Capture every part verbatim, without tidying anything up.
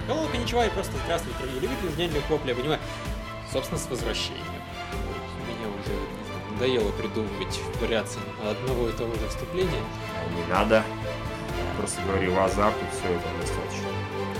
Hello, коничева, и просто здравствуй, дорогие любители инженерных воплей, я понимаю. Собственно, с возвращением. Меня уже не знаю, надоело придумывать вариации одного и того же вступления. Не надо. Просто говори WhatsApp, и все, это достаточно.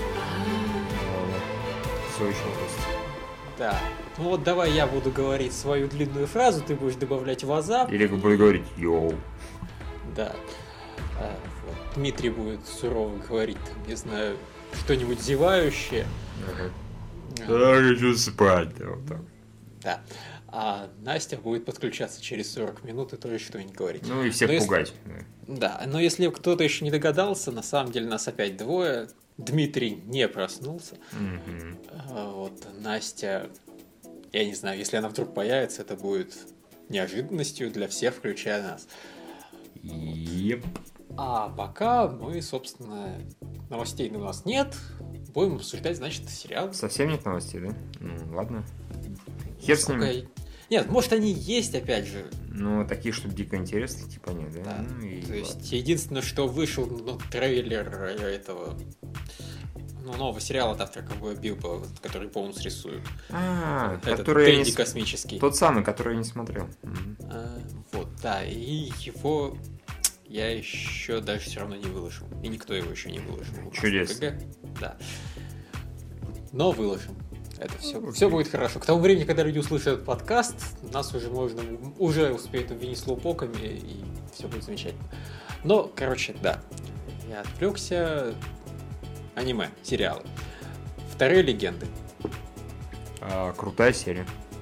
Все еще просто. Да. Ну вот давай я буду говорить свою длинную фразу, ты будешь добавлять WhatsApp. Или буду говорить йоу. Да. А, вот. Дмитрий будет сурово говорить, там, не знаю, что-нибудь зевающее. Ага. Я хочу спать. Вот так. Да. А Настя будет подключаться через сорок минут и тоже что-нибудь говорить. Ну и всех но пугать. Если... Да, но если кто-то еще не догадался, на самом деле нас опять двое. Дмитрий не проснулся. Mm-hmm. Вот Настя, я не знаю, если она вдруг появится, это будет неожиданностью для всех, включая нас. Yep. А пока мы, собственно, новостей у нас нет. Будем обсуждать, значит, сериал. Совсем нет новостей, да? Ну, ладно. Хер с ними. Нет, может, они есть, опять же. Ну, такие, чтобы дико интересные, типа нет, да? Да. Ну, и То ладно. есть, единственное, что вышел, ну, трейлер этого, ну, нового сериала от автора Ковбоя Бибопа, который полностью рисует. А, этот который Тедди не... космический. Тот самый, который я не смотрел. А, вот, да, и его я еще даже все равно не выложил. И никто его еще не выложил. Чудесно. Да. Но выложим. Это все. Все будет хорошо. К тому времени, когда люди услышат этот подкаст, нас уже можно, уже успеют обвинить слоупоками, и все будет замечательно. Но, короче, да. Я отвлекся. Аниме, сериалы. Вторые легенды. А, крутая серия.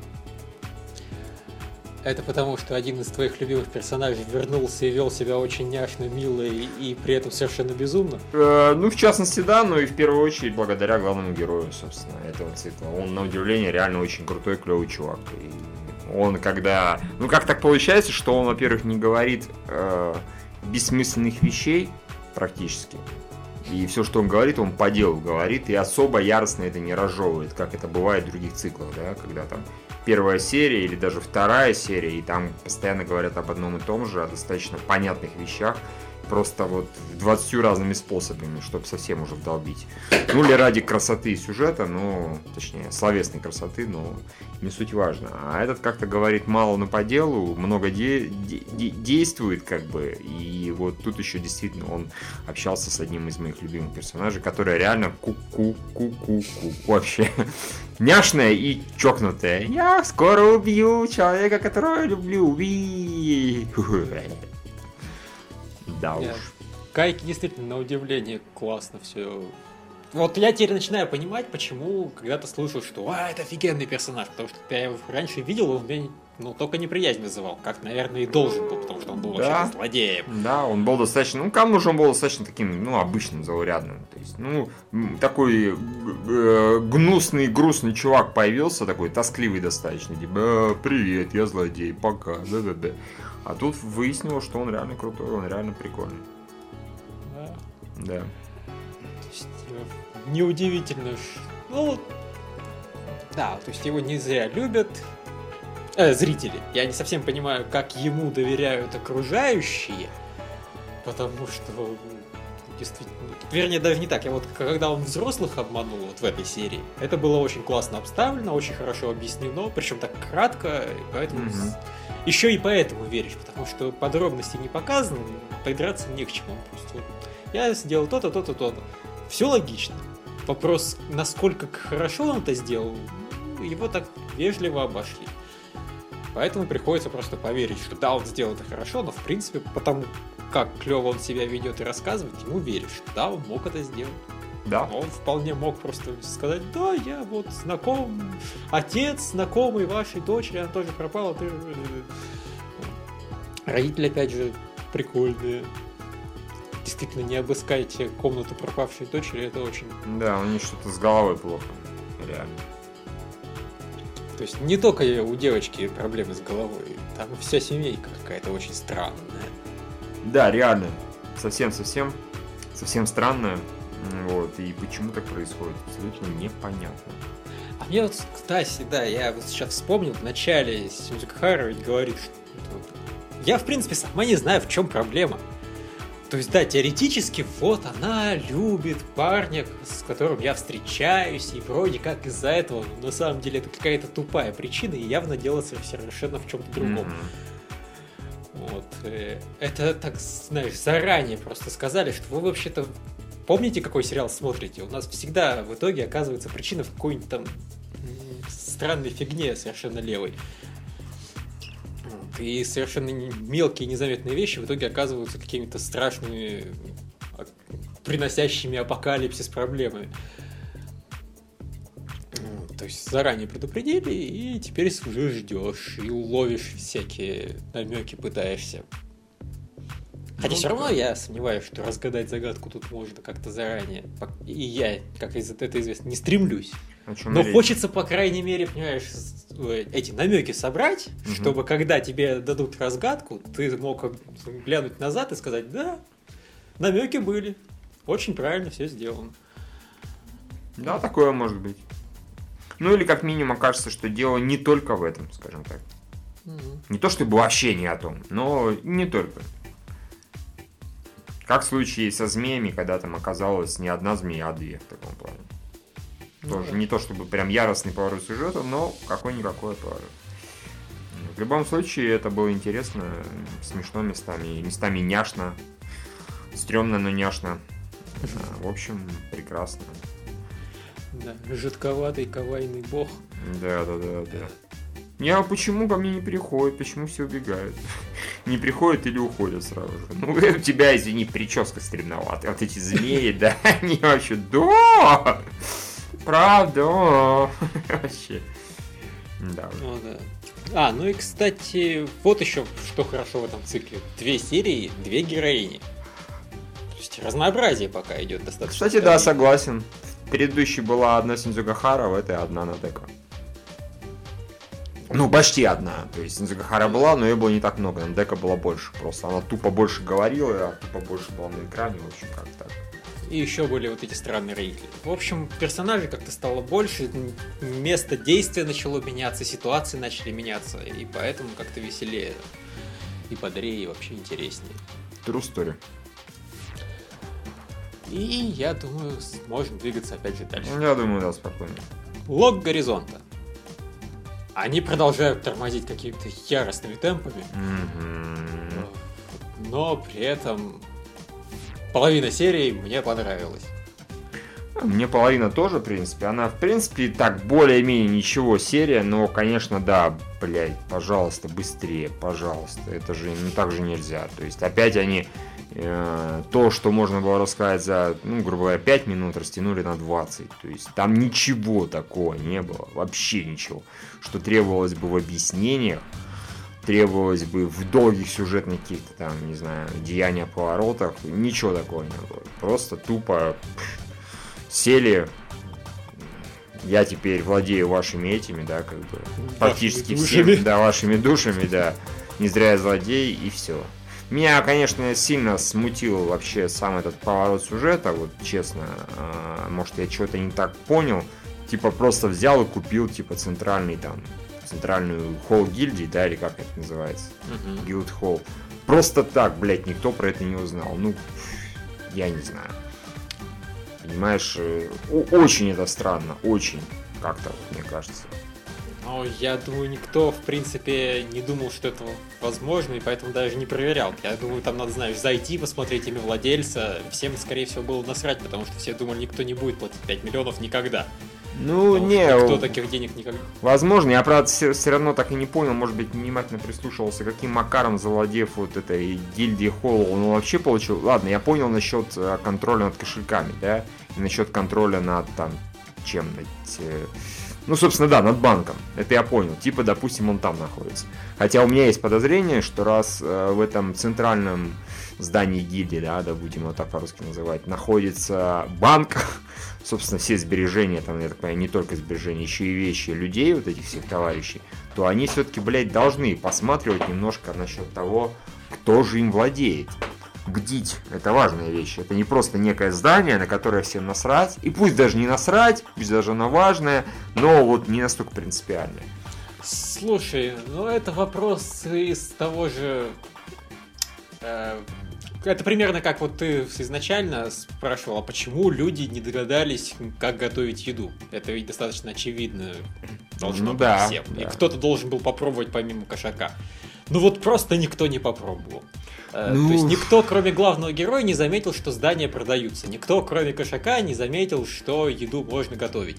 Это потому, что один из твоих любимых персонажей вернулся и вел себя очень няшно, мило и, и при этом совершенно безумно? Э, ну, в частности, да, но и в первую очередь благодаря главному герою, собственно, этого цикла. Он, на удивление, реально очень крутой, клевый чувак. И он, когда... Ну, как так получается, что он, во-первых, не говорит э, бессмысленных вещей практически. И все, что он говорит, он по делу говорит, и особо яростно это не разжевывает, как это бывает в других циклах, да, когда там первая серия или даже вторая серия, и там постоянно говорят об одном и том же, о достаточно понятных вещах, просто вот двадцатью разными способами, чтобы совсем уже вдолбить. Ну, или ради красоты сюжета, ну, точнее, словесной красоты, но не суть важно. А этот как-то говорит мало, но по делу, много де- де- действует, как бы, и вот тут еще действительно он общался с одним из моих любимых персонажей, который реально ку-ку-ку-ку-ку вообще няшная и чокнутая. Я скоро убью человека, которого я люблю. Уи! Да уж. Кайки действительно, на удивление, классно все. Вот я теперь начинаю понимать, почему когда-то слышал, что а, это офигенный персонаж, потому что я его раньше видел, он мне ну, только неприязнь вызывал, как, наверное, и должен был, потому что он был да. вообще злодеем. Да, он был достаточно, ну, кому же он был достаточно таким, ну, обычным, заурядным. То есть, ну, такой э, гнусный, грустный чувак появился, такой тоскливый достаточно, типа, привет, я злодей, пока, да-да-да. А тут выяснилось, что он реально крутой, он реально прикольный. Да. Да. То есть, неудивительно, что... Ну, да, то есть его не зря любят э, зрители. Я не совсем понимаю, как ему доверяют окружающие, потому что действительно... Вернее, даже не так. Я вот, когда он взрослых обманул вот в этой серии, это было очень классно обставлено, очень хорошо объяснено, причем так кратко, и поэтому... Mm-hmm. Еще и поэтому веришь, потому что подробности не показаны, придраться не к чему. Просто вот, я сделал то-то, то-то, то-то. Все логично. Вопрос, насколько хорошо он это сделал, его так вежливо обошли. Поэтому приходится просто поверить, что да, он сделал это хорошо, но в принципе, потому как клево он себя ведет и рассказывает, ему веришь, что да, он мог это сделать. Да. Он вполне мог просто сказать, да, я вот знаком, отец знакомый вашей дочери, она тоже пропала. Ты... Родители, опять же, прикольные. Действительно, не обыскайте комнату пропавшей дочери, это очень... Да, у них что-то с головой плохо, реально. То есть не только у девочки проблемы с головой, там вся семейка какая-то очень странная. Да, реально. Совсем-совсем, совсем странная. Вот, и почему так происходит, абсолютно непонятно. А мне вот, кстати, да, я вот сейчас вспомнил, в начале Синдзюка Хара ведь говорит, что я, в принципе, сама не знаю, в чем проблема. То есть, да, теоретически, вот она любит парня, с которым я встречаюсь, и вроде как из-за этого, но на самом деле это какая-то тупая причина, и явно дело совершенно в чем-то другом. Mm-hmm. Вот. Это, так, знаешь, заранее просто сказали, что вы вообще-то помните, какой сериал смотрите? У нас всегда в итоге оказывается причина в какой-нибудь там странной фигне совершенно левой. И совершенно мелкие незаметные вещи в итоге оказываются какими-то страшными, приносящими апокалипсис проблемами. То есть заранее предупредили, и теперь уже ждешь, и ловишь всякие намеки, пытаешься. Хотя ну, все равно я сомневаюсь, что разгадать загадку тут можно как-то заранее. И я, как из это известно, не стремлюсь. Но речь? Хочется, по крайней мере, понимаешь, эти намеки собрать, угу. чтобы когда тебе дадут разгадку, ты мог глянуть назад и сказать: да, намеки были. Очень правильно все сделано. Да, такое может быть. Ну или как минимум окажется, что дело не только в этом, скажем так. Угу. Не то чтобы вообще не о том, но не только. Как в случае со змеями, когда там оказалось не одна змея, а две в таком плане. Тоже ну, не то чтобы прям яростный поворот сюжета, но какой-никакой поворот. В любом случае, это было интересно, смешно местами, местами няшно, стрёмно, но няшно. В общем, прекрасно. Да, жидковатый кавайный бог. Да, да, да, да. Я почему ко мне не приходят, почему все убегают? Не приходят или уходят сразу же. Ну, у тебя, извини, прическа стремноватая. Вот эти змеи, да, они вообще, да! Правда, вообще. Да. Ну, да. А, ну и, кстати, вот еще, что хорошо в этом цикле. Две серии, две героини. То есть разнообразие пока идет достаточно. Кстати, да, согласен. В предыдущей была одна Синдзугахара, в этой одна Надека. Ну, почти одна. То есть Синдзугахара была, но ее было не так много. Надека была больше. Просто она тупо больше говорила, а тупо больше была на экране. В общем, как так. И еще были вот эти странные родители. В общем, персонажей как-то стало больше, место действия начало меняться, ситуации начали меняться, и поэтому как-то веселее, и бодрее, и вообще интереснее. True story. И я думаю, можно двигаться опять же дальше. Я думаю, да, спокойно. Лог горизонта. Они продолжают тормозить какими-то яростными темпами, mm-hmm. но при этом... Половина серии мне понравилась. Мне половина тоже, в принципе. Она, в принципе, так более-менее ничего серия, но, конечно, да, блядь, пожалуйста, быстрее, пожалуйста. Это же, ну, так же нельзя. То есть, опять они э, то, что можно было рассказать за, ну, грубо говоря, пять минут, растянули на двадцать. То есть, там ничего такого не было, вообще ничего, что требовалось бы в объяснениях. Требовалось бы в долгих сюжетных каких-то там, не знаю, деяниях, поворотах. Ничего такого не было. Просто тупо сели. Я теперь владею вашими этими, да, как бы. Практически всеми, да, вашими душами, да. Не зря я злодей, и все. Меня, конечно, сильно смутил вообще сам этот поворот сюжета, вот честно. Может, я что-то не так понял. Типа просто взял и купил, типа, центральный там. Центральную холл гильдии, да, или как это называется? Uh-huh. Guild Hall. Просто так, блядь, никто про это не узнал. Ну, я не знаю. Понимаешь, очень это странно, очень, как-то, мне кажется. Ну, я думаю, никто, в принципе, не думал, что это возможно, и поэтому даже не проверял. Я думаю, там надо, знаешь, зайти, посмотреть имя владельца. Всем, скорее всего, было насрать, потому что все думали, никто не будет платить пять миллионов никогда. Ну, потому не... Никто таких денег никогда... Возможно, я, правда, все, все равно так и не понял, может быть, внимательно прислушивался, каким макаром, завладев вот этой гильдией Холл, он вообще получил... Ладно, я понял насчет контроля над кошельками, да, и насчет контроля над, там, чем, над... Ну, собственно, да, над банком. Это я понял. Типа, допустим, он там находится. Хотя у меня есть подозрение, что раз э, в этом центральном здании гильдии, да, да, будем его так по-русски называть, находится банк, собственно, все сбережения, там, я так понимаю, не только сбережения, еще и вещи людей, вот этих всех товарищей, то они все-таки, блядь, должны посматривать немножко насчет того, кто же им владеет. Бдить, это важная вещь. Это не просто некое здание, на которое всем насрать. И пусть даже не насрать, пусть даже оно важное, но вот не настолько принципиальное. Слушай, ну это вопрос из того же... Э, это примерно как вот ты изначально спрашивал, а почему люди не догадались, как готовить еду? Это ведь достаточно очевидно должно ну, быть да, всем. да. И кто-то должен был попробовать помимо кошака. Ну вот просто никто не попробовал. Ну... То есть никто, кроме главного героя, не заметил, что здания продаются. Никто, кроме кошака, не заметил, что еду можно готовить.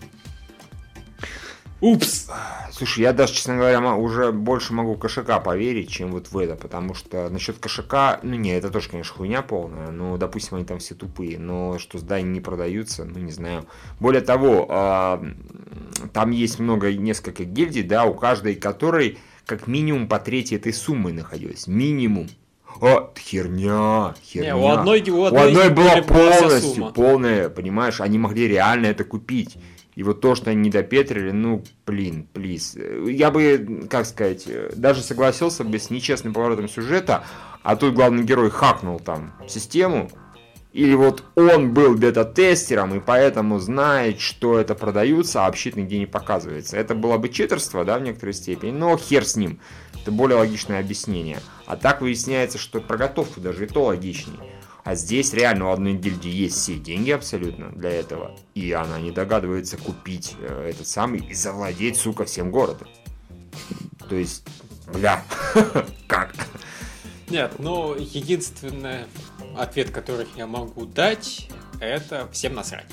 Упс! Слушай, я даже, честно говоря, уже больше могу кошака поверить, чем вот в это, потому что насчет кошака, ну не, это тоже, конечно, хуйня полная, ну, допустим, они там все тупые, но что здания не продаются, ну, не знаю. Более того, э, там есть много, несколько гильдий, да, у каждой которой как минимум по трети этой суммы находилось, минимум. О, херня, херня. Не, у одной, у одной, у одной была полностью, полная, понимаешь, они могли реально это купить. И вот то, что они не допетрили, ну, блин, плиз. Я бы, как сказать, даже согласился бы с нечестным поворотом сюжета, а тут главный герой хакнул там систему, или вот он был бета-тестером, и поэтому знает, что это продаются, а вообще нигде не показывается. Это было бы читерство, да, в некоторой степени, но хер с ним. Это более логичное объяснение. А так выясняется, что про готовку даже и то логичнее. А здесь реально у одной гильдии есть все деньги абсолютно для этого. И она не догадывается купить э, этот самый и завладеть, сука, всем городом. То есть, бля, как? Нет, ну, единственный ответ, который я могу дать, это всем насрать.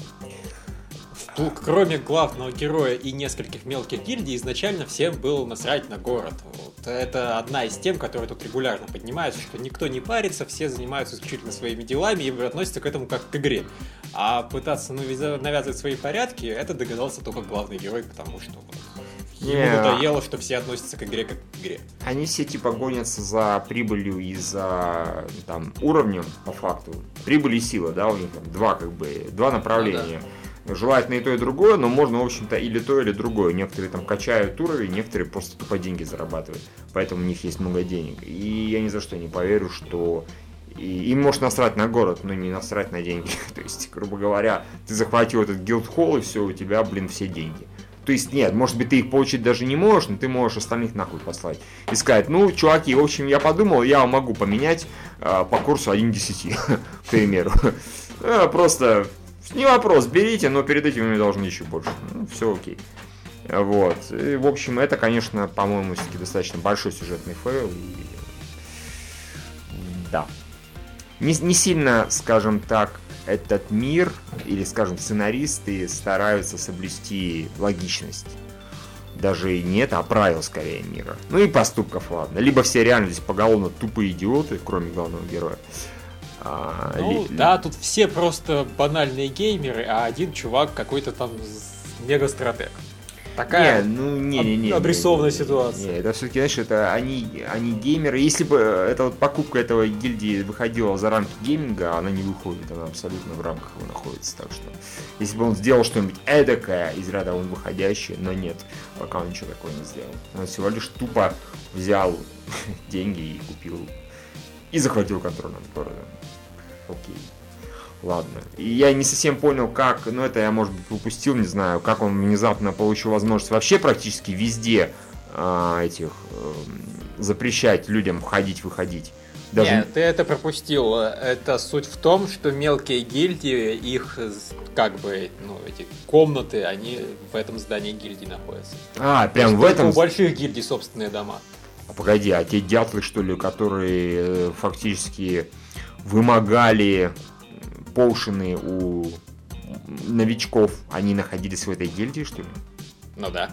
Кроме главного героя и нескольких мелких гильдий, изначально всем было насрать на город. Вот. Это одна из тем, которые тут регулярно поднимаются, что никто не парится, все занимаются исключительно своими делами и относятся к этому как к игре. А пытаться навязывать свои порядки, это догадался только главный герой, потому что вот, ему yeah. надоело, что все относятся к игре как к игре. Они все типа гонятся за прибылью и за там, уровнем, по факту. Прибыль и сила, да, у них там два как бы, два направления. Ну, да. Желательно и то, и другое, но можно, в общем-то, или то, или другое. Некоторые там качают уровень, некоторые просто тупо деньги зарабатывают. Поэтому у них есть много денег. И я ни за что не поверю, что... И, им может насрать на город, но не насрать на деньги. То есть, грубо говоря, ты захватил этот гилд-холл, и все, у тебя, блин, все деньги. То есть, нет, может быть, ты их получить даже не можешь, но ты можешь остальных нахуй послать. И сказать, ну, чуваки, в общем, я подумал, я могу поменять э, по курсу один к десяти, к примеру. Просто... Не вопрос, берите, но перед этим вы должны еще больше. Ну, все окей. Вот. И, в общем, это, конечно, по-моему, все-таки достаточно большой сюжетный фейл. И... Да. Не, не сильно, скажем так, этот мир, или, скажем, сценаристы стараются соблюсти логичность. Даже не это, а правил, скорее, мира. Ну и поступков, ладно. Либо все реально здесь поголовно тупые идиоты, кроме главного героя. А, ну, ли... да, тут все просто банальные геймеры, а один чувак какой-то там мега-стратег. Такая не, ну, не, не, не, обрисованная не, не, ситуация. Не, это все-таки, знаешь, это они, они геймеры. Если бы эта вот покупка этого гильдии выходила за рамки гейминга, она не выходит, она абсолютно в рамках его находится. Так что, если бы он сделал что-нибудь эдакое из ряда вон выходящее, но нет, пока он ничего такого не сделал. Он всего лишь тупо взял деньги и купил, и захватил контроль над городом. Окей. Ладно. И я не совсем понял, как, ну это я, может быть, упустил, не знаю, как он внезапно получил возможность вообще практически везде э, этих э, запрещать людям входить-выходить. Даже... Нет, ты это пропустил. Это суть в том, что мелкие гильдии, их как бы, ну, эти комнаты, они в этом здании гильдии находятся. А, прям в этом? У больших гильдий собственные дома. А погоди, а те дятлы, что ли, которые э, фактически вымогали поушены у новичков, они находились в этой гильдии, что ли? Ну да.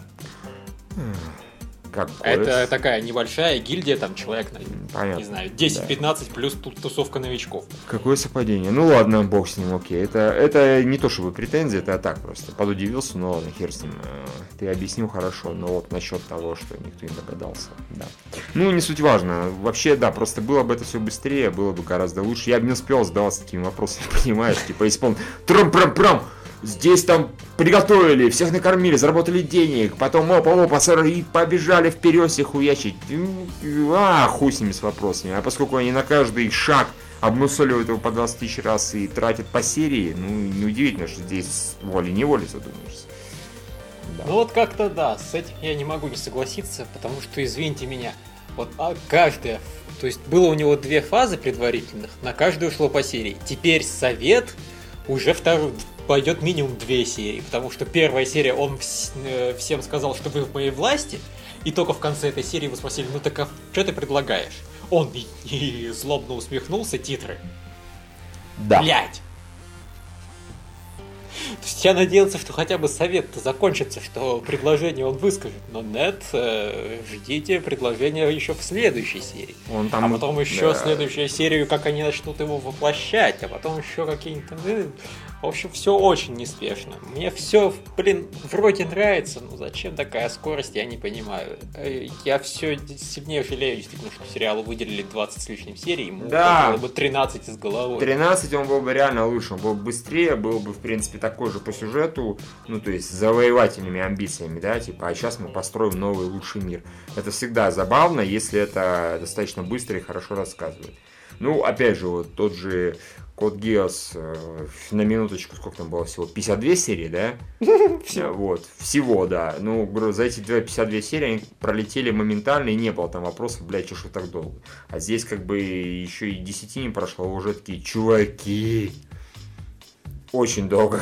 Как это такая небольшая гильдия, там человек, понятно, не знаю, десять-пятнадцать да. плюс тусовка новичков. Какое совпадение. Ну ладно, бог с ним, окей. Это, это не то чтобы претензии, это так просто. Подудивился, но ладно, хер с ним. Ты объяснил хорошо, но вот насчет того, что никто не догадался. Да. Ну, не суть важно. Вообще, да, просто было бы это все быстрее, было бы гораздо лучше. Я бы не успел задаваться такими вопросами, понимаешь? Типа, исполнил трам-прам-прам! Здесь там приготовили, всех накормили, заработали денег, потом опа-опа, и побежали вперед всех хуячить. А, хуй с ними с вопросами. А поскольку они на каждый шаг обмусоливают его по двадцать тысяч раз и тратят по серии, ну, неудивительно, что здесь волей-неволей задумаешься. Да. Ну вот как-то да, с этим я не могу не согласиться, потому что, извините меня, Вот а каждая. То есть было у него две фазы предварительных, на каждую ушло по серии. Теперь совет уже второй пойдет минимум две серии, потому что первая серия он вс- э, всем сказал, что вы в моей власти, и только в конце этой серии вы спросили, ну так а что ты предлагаешь? Он и, и злобно усмехнулся, титры. Да. Блять! То есть я надеялся, что хотя бы совет-то закончится, что предложение он выскажет. Но нет, э, ждите предложения еще в следующей серии. Он там, а потом еще да. следующую серию, как они начнут его воплощать, а потом еще какие-то... В общем, все очень неспешно. Мне все, блин, вроде нравится, но зачем такая скорость, я не понимаю. Я все сильнее жалею, действительно, что сериалу выделили двадцать с лишним серий, ему да. было бы тринадцать из головы. тринадцать он был бы реально лучше, он был бы быстрее, был бы, в принципе, такой же по сюжету, ну, то есть, с завоевательными амбициями, да, типа, а сейчас мы построим новый лучший мир. Это всегда забавно, если это достаточно быстро и хорошо рассказывает. Ну, опять же, вот тот же Код Гиас, э, на минуточку, сколько там было всего? пятьдесят две серии, да? Все. Вот, всего, да. Ну, говорю, за эти пятьдесят две серии они пролетели моментально, и не было там вопросов, блядь, что так долго. А здесь как бы еще и десяти не прошло, уже такие, чуваки, очень долго.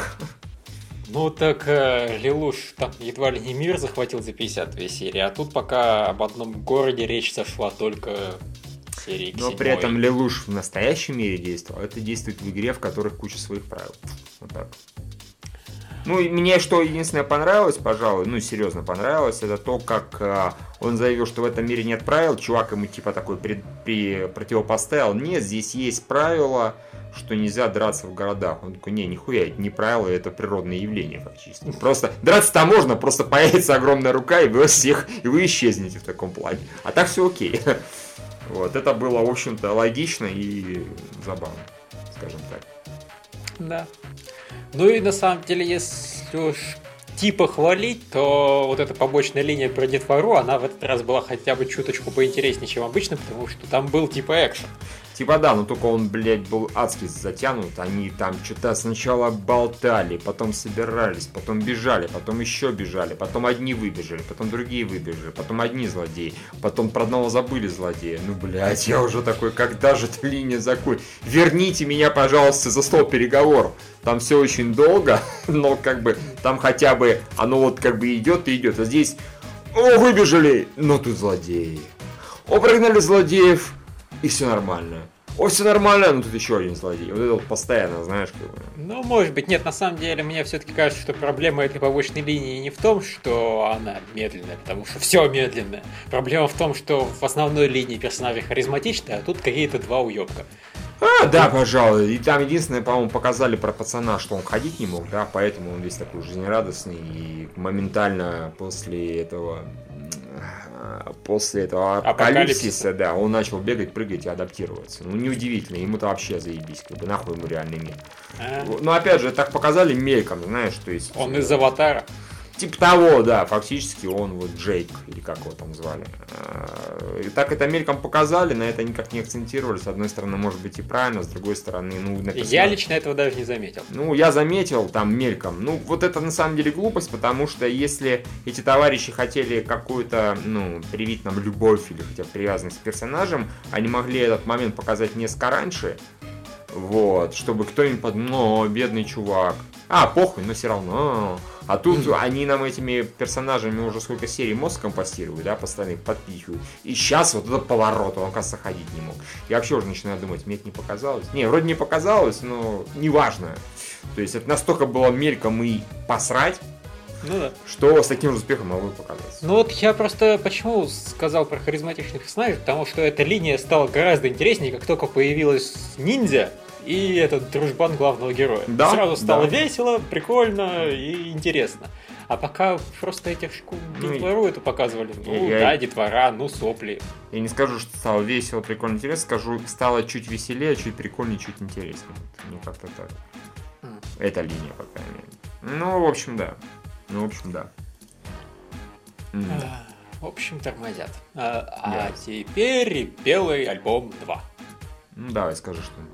Ну так э, Лелуш там едва ли не мир захватил за пятьдесят две серии, а тут пока об одном городе речь сошла только... серии к Но седьмой. при этом Лелуш в настоящем мире действовал. Это действует в игре, в которой куча своих правил. Вот так. Ну, и мне что единственное понравилось, пожалуй, ну, серьезно понравилось, это то, как а, он заявил, что в этом мире нет правил. Чувак ему типа такой при, при, противопоставил. Нет, здесь есть правила, что нельзя драться в городах. Он такой, не, нихуя, это не правило, это природное явление фактически. Просто драться-то можно, просто появится огромная рука, и вы всех, и вы исчезнете в таком плане. А так все окей. Вот, это было, в общем-то, логично и забавно, скажем так. Да. Ну и на самом деле, если уж типа хвалить, то вот эта побочная линия про детвору, она в этот раз была хотя бы чуточку поинтереснее, чем обычно, потому что там был типа экшен. Типа да, но только он, блядь, был адски затянут. Они там что-то сначала болтали, потом собирались, потом бежали, потом еще бежали, потом одни выбежали, потом другие выбежали, потом одни злодеи, потом про одного забыли злодея. Ну, блядь, я уже такой, когда же эта линия закончится? Верните меня, пожалуйста, за стол переговоров. Там все очень долго, но как бы там хотя бы оно вот как бы идет и идет. А здесь, о, выбежали, но тут злодеи. О, прогнали злодеев. И все нормально. О, все нормально, но тут еще один злодей. Вот это вот постоянно, знаешь, как бы. Ну, может быть, нет, на самом деле, мне все-таки кажется, что проблема этой побочной линии не в том, что она медленная, потому что все медленное. Проблема в том, что в основной линии персонажи харизматичные, а тут какие-то два уебка. А, да, пожалуй. И там единственное, по-моему, показали про пацана, что он ходить не мог, да, поэтому он весь такой жизнерадостный и моментально после этого... После этого апокалипсиса, да, он начал бегать, прыгать и адаптироваться. Ну, неудивительно, ему-то вообще заебись, как бы, нахуй ему реальный мир. А? Но опять же, так показали мельком, знаешь, то есть... Он из Аватара. Типа того, да, фактически он вот Джейк, или как его там звали. И так это мельком показали, на это никак не акцентировали. С одной стороны, может быть и правильно, с другой стороны, ну... Написано... Я лично этого даже не заметил. Ну, я заметил там мельком. Ну, вот это на самом деле глупость, потому что если эти товарищи хотели какую-то, ну, привить нам любовь или хотя бы привязанность к персонажам, они могли этот момент показать несколько раньше, вот, чтобы кто-нибудь подумал, ну, бедный чувак. А, похуй, но все равно... А тут mm-hmm. они нам этими персонажами уже сколько серий мозг компостируют, да, постоянно их подпихивают. И сейчас вот этот поворот, он, оказывается, ходить не мог. Я вообще уже начинаю думать, мне это не показалось. Не, вроде не показалось, но неважно. То есть это настолько было мельком и посрать, ну, да. что с таким же успехом могло показаться. Ну вот я просто почему сказал про харизматичных персонажей, потому что эта линия стала гораздо интереснее, как только появилась ниндзя и этот дружбан главного героя. Да, сразу стало да. весело, прикольно и интересно. А пока просто этих школ детвору ну, эту показывали. Ну я, да, детвора, ну сопли. Я не скажу, что стало весело, прикольно, интересно. Скажу, стало чуть веселее, чуть прикольнее, чуть интереснее. Мне как-то так. Mm. Эта линия, по крайней мере. Ну, в общем, да. Ну, в общем, да. Mm. А, в общем, тормозят. А, а теперь белый альбом два. Ну, давай, скажи что-нибудь.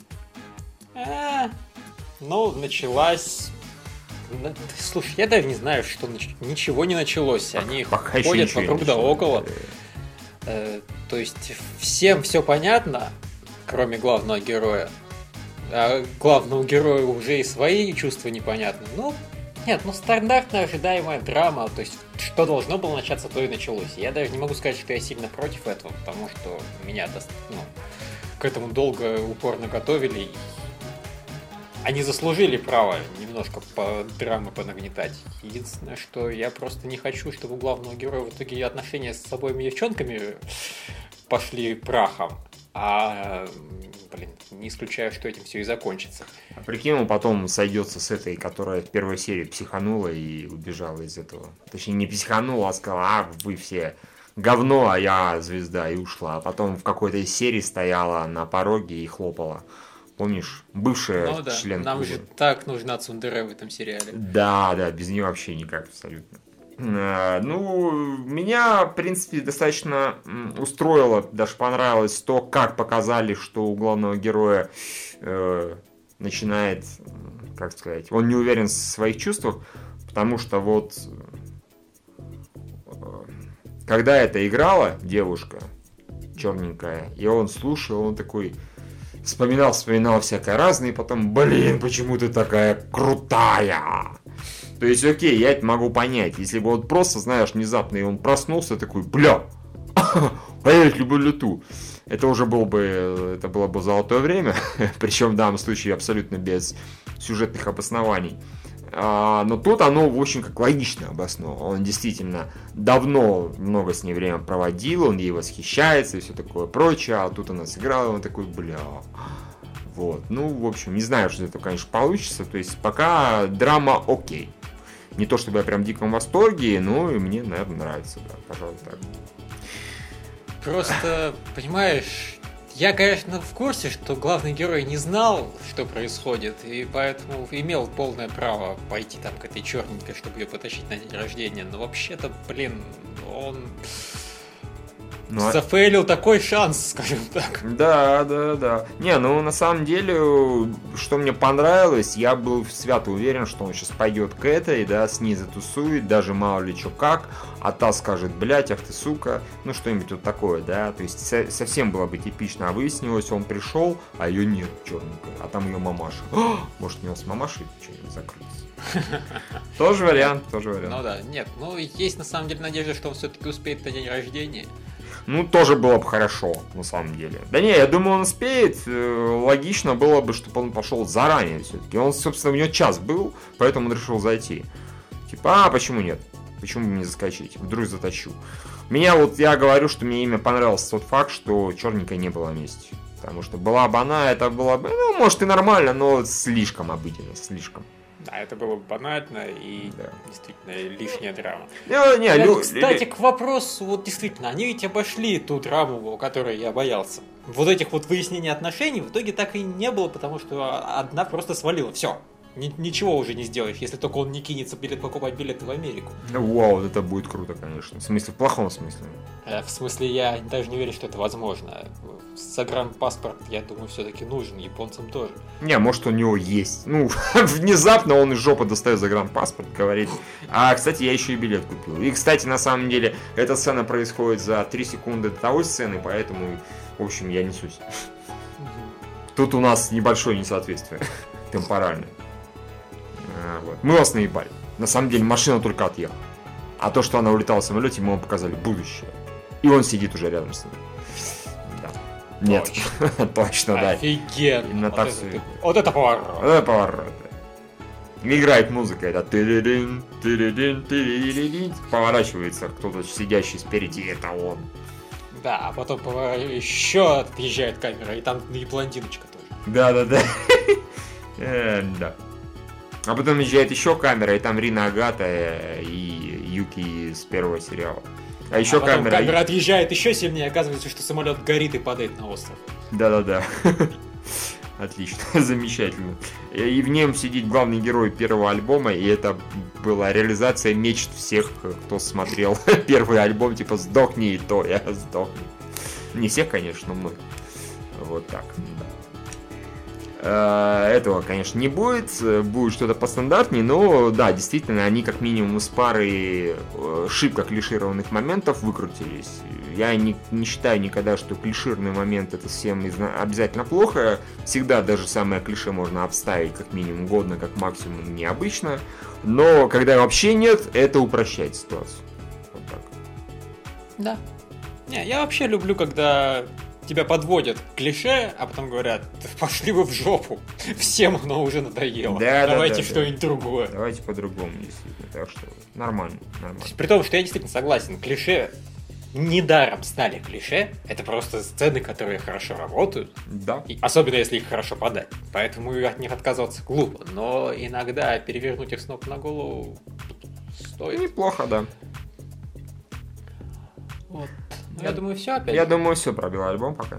А, ну, началась... Слушай, я даже не знаю, что нач... ничего не началось. Они пока ходят вокруг да около. Э, то есть всем все понятно, кроме главного героя. А главному герою уже и свои чувства непонятны. Ну, нет, ну стандартная ожидаемая драма, то есть что должно было начаться, то и началось. Я даже не могу сказать, что я сильно против этого, потому что меня ну, к этому долго, упорно готовили. Они заслужили право немножко по драмы понагнетать. Единственное, что я просто не хочу, чтобы у главного героя в итоге отношения с обоими девчонками пошли прахом. А, блин, не исключаю, что этим все и закончится. А прикинь, он потом сойдется с этой, которая в первой серии психанула и убежала из этого. Точнее, не психанула, а сказала, а вы все говно, а я звезда, и ушла. А потом в какой-то из серий стояла на пороге и хлопала. Помнишь? Бывшая ну, да. член Нам клуба. же так нужна Цундере в этом сериале. Да, да, без нее вообще никак абсолютно. Ну, меня, в принципе, достаточно устроило, даже понравилось то, как показали, что у главного героя э, начинает, как сказать, он не уверен в своих чувствах, потому что вот, э, когда это играла девушка черненькая, и он слушал, он такой вспоминал, вспоминал всякое разное, и потом, блин, почему ты такая крутая? То есть, окей, я это могу понять. Если бы он просто, знаешь, внезапно и он проснулся такой, бля, поверить люблю лету. Это уже было бы, это было бы золотое время. Причем в данном случае абсолютно без сюжетных обоснований. А, но тут оно, в общем, как логично обосновано. Он действительно давно много с ней время проводил, он ей восхищается и все такое прочее. А тут она сыграла, и он такой, бля... Вот, ну, в общем, не знаю, что это, конечно, получится. То есть, пока драма окей. Не то, чтобы я прям в диком восторге, но и мне, наверное, нравится, да, пожалуй, так. Просто, понимаешь, я, конечно, в курсе, что главный герой не знал, что происходит, и поэтому имел полное право пойти там к этой черненькой, чтобы ее потащить на день рождения. Но вообще-то, блин, он... Ну, зафейлил такой шанс, скажем так. Да, да, да. Не, ну на самом деле, что мне понравилось, я был свято уверен, что он сейчас пойдет к этой, да, с ней затусует, даже мало ли что как, а та скажет, блять, ах ты сука, ну что-нибудь вот такое, да. То есть со- совсем было бы типично, а выяснилось, он пришел, а ее нет, черненькая, а там ее мамаша. Может, у него с мамашей что-нибудь закрылось. Тоже вариант, тоже вариант. Ну да, нет, ну есть на самом деле надежда, что он все-таки успеет на день рождения. Ну, тоже было бы хорошо, на самом деле. Да не, я думаю, он успеет. Логично было бы, чтобы он пошел заранее все-таки. Он, собственно, у него час был, поэтому он решил зайти. Типа, а почему нет? Почему бы не заскочить? Вдруг затащу. Меня вот, я говорю, что мне имя понравился тот факт, что черненькая не была вместе. Потому что была бы она, это было бы, ну, может и нормально, но слишком обыденно, слишком. Да, это было бы банально и да. Действительно лишняя драма. Не, не, я, лю... Кстати, к вопросу, вот действительно, они ведь обошли ту драму, которой я боялся. Вот этих вот выяснений отношений в итоге так и не было, потому что одна просто свалила. Все. Ничего уже не сделаешь, если только он не кинется билет, покупать билеты в Америку. Вау, это будет круто, конечно. В смысле, в плохом смысле. В смысле, я даже не верю, что это возможно. Загранпаспорт, я думаю, все-таки нужен, японцам тоже. Не, может, у него есть. Ну, внезапно он из жопы достает загранпаспорт, говорит. А, кстати, я еще и билет купил. И, кстати, на самом деле, эта сцена происходит за три секунды до того сцены, поэтому, в общем, я несусь. Тут у нас небольшое несоответствие темпоральное. Вот. Мы вас наебали. На самом деле машина только отъехала. А то, что она улетала в самолете, мы вам показали будущее. И он сидит уже рядом с нами. Да. Нет. Точно, Точно да. Офигенно. Вот, это, ты... вот это поворот. Вот это поворот. Играет музыка. Это тыридин, тыридин, тыридин. Поворачивается кто-то сидящий спереди. Это он. Да, а потом еще отъезжает камера. И там и блондиночка тоже. Да-да-да. Да. А потом езжает еще камера, и там Рина Агата и Юки из первого сериала. А еще а камера... камера отъезжает еще сильнее, оказывается, что самолет горит и падает на остров. Да-да-да. Отлично, замечательно. И в нем сидит главный герой первого альбома, и это была реализация мечт всех, кто смотрел первый альбом, типа «Сдохни, и то я сдохну». Не всех, конечно, но многих. Вот так, да. Этого, конечно, не будет, будет что-то постандартнее, но да, действительно, они как минимум с парой шибко клишированных моментов выкрутились. Я не, не считаю никогда, что клишированный момент это всем обязательно плохо. Всегда даже самое клише можно обставить как минимум годно, как максимум необычно. Но когда вообще нет, это упрощает ситуацию. Вот так. Да. Не, я вообще люблю, когда тебя подводят к клише, а потом говорят, пошли вы в жопу, всем оно уже надоело, да, давайте да, да, что-нибудь да. другое. Давайте по-другому, действительно, так что нормально, нормально. При том, что я действительно согласен, клише недаром стали клише, это просто сцены, которые хорошо работают, да. И особенно если их хорошо подать, поэтому от них отказываться глупо, но иногда перевернуть их с ног на голову стоит. Неплохо, да. Вот. Ну, я думаю, все опять. Я думаю, все пробил альбом пока.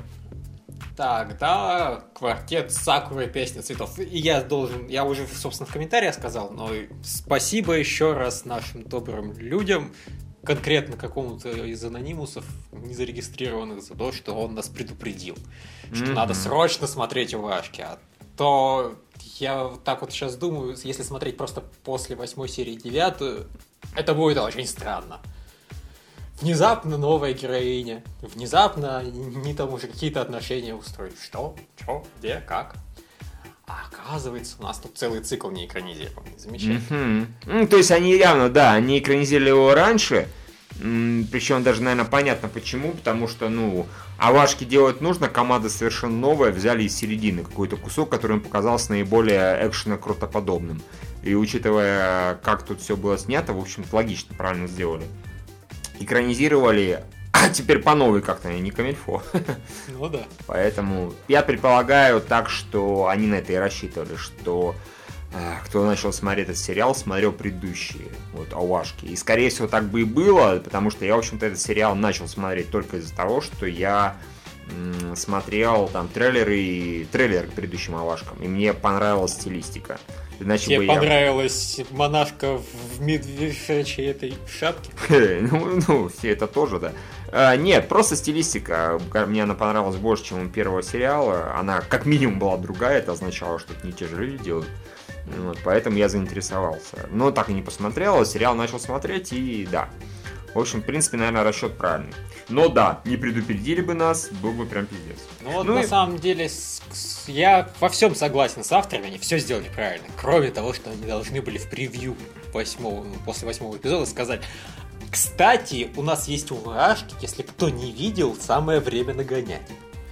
Так, да, квартет Сакуры, песня цветов. И я должен, я уже, собственно, в комментариях сказал, но спасибо еще раз нашим добрым людям, конкретно какому-то из анонимусов, незарегистрированных, за то, что он нас предупредил, что mm-hmm. надо срочно смотреть УВАшки. А то я так вот сейчас думаю, если смотреть просто после восьмой серии девятую, это будет очень странно. Внезапно новая героиня, внезапно не там уже какие-то отношения устроить. Что? Что? Где? Как? А оказывается, у нас тут целый цикл не экранизирован. Замечательно. Mm-hmm. Ну, то есть они явно, да, они экранизировали его раньше, причем даже, наверное, понятно почему, потому что, ну, Авашки делать нужно, команда совершенно новая, взяли из середины какой-то кусок, который им показался наиболее экшенно-крутоподобным. И учитывая, как тут все было снято, в общем-то, логично, правильно сделали. Экранизировали, а теперь по новой как-то, не камильфо. Ну да. Поэтому я предполагаю так, что они на это и рассчитывали, что э, кто начал смотреть этот сериал, смотрел предыдущие вот Ауашки. И скорее всего так бы и было, потому что я, в общем-то, этот сериал начал смотреть только из-за того, что я м- смотрел там трейлеры и трейлер к предыдущим Ауашкам, и мне понравилась стилистика. Иначе Тебе бы понравилась я... монашка в медвежачьей этой шапке? ну, ну, это тоже, да. А, нет, просто стилистика. Мне она понравилась больше, чем у первого сериала. Она как минимум была другая, это означало, что это не те же люди делают. Вот, поэтому я заинтересовался. Но так и не посмотрел, сериал начал смотреть, и да. В общем, в принципе, наверное, расчет правильный. Но да, не предупредили бы нас, был бы прям пиздец. Ну вот ну на и... самом деле с, с, я во всем согласен с авторами, они все сделали правильно. Кроме того, что они должны были в превью восьмого, после восьмого эпизода сказать: кстати, у нас есть УВАшки, если кто не видел, самое время нагонять.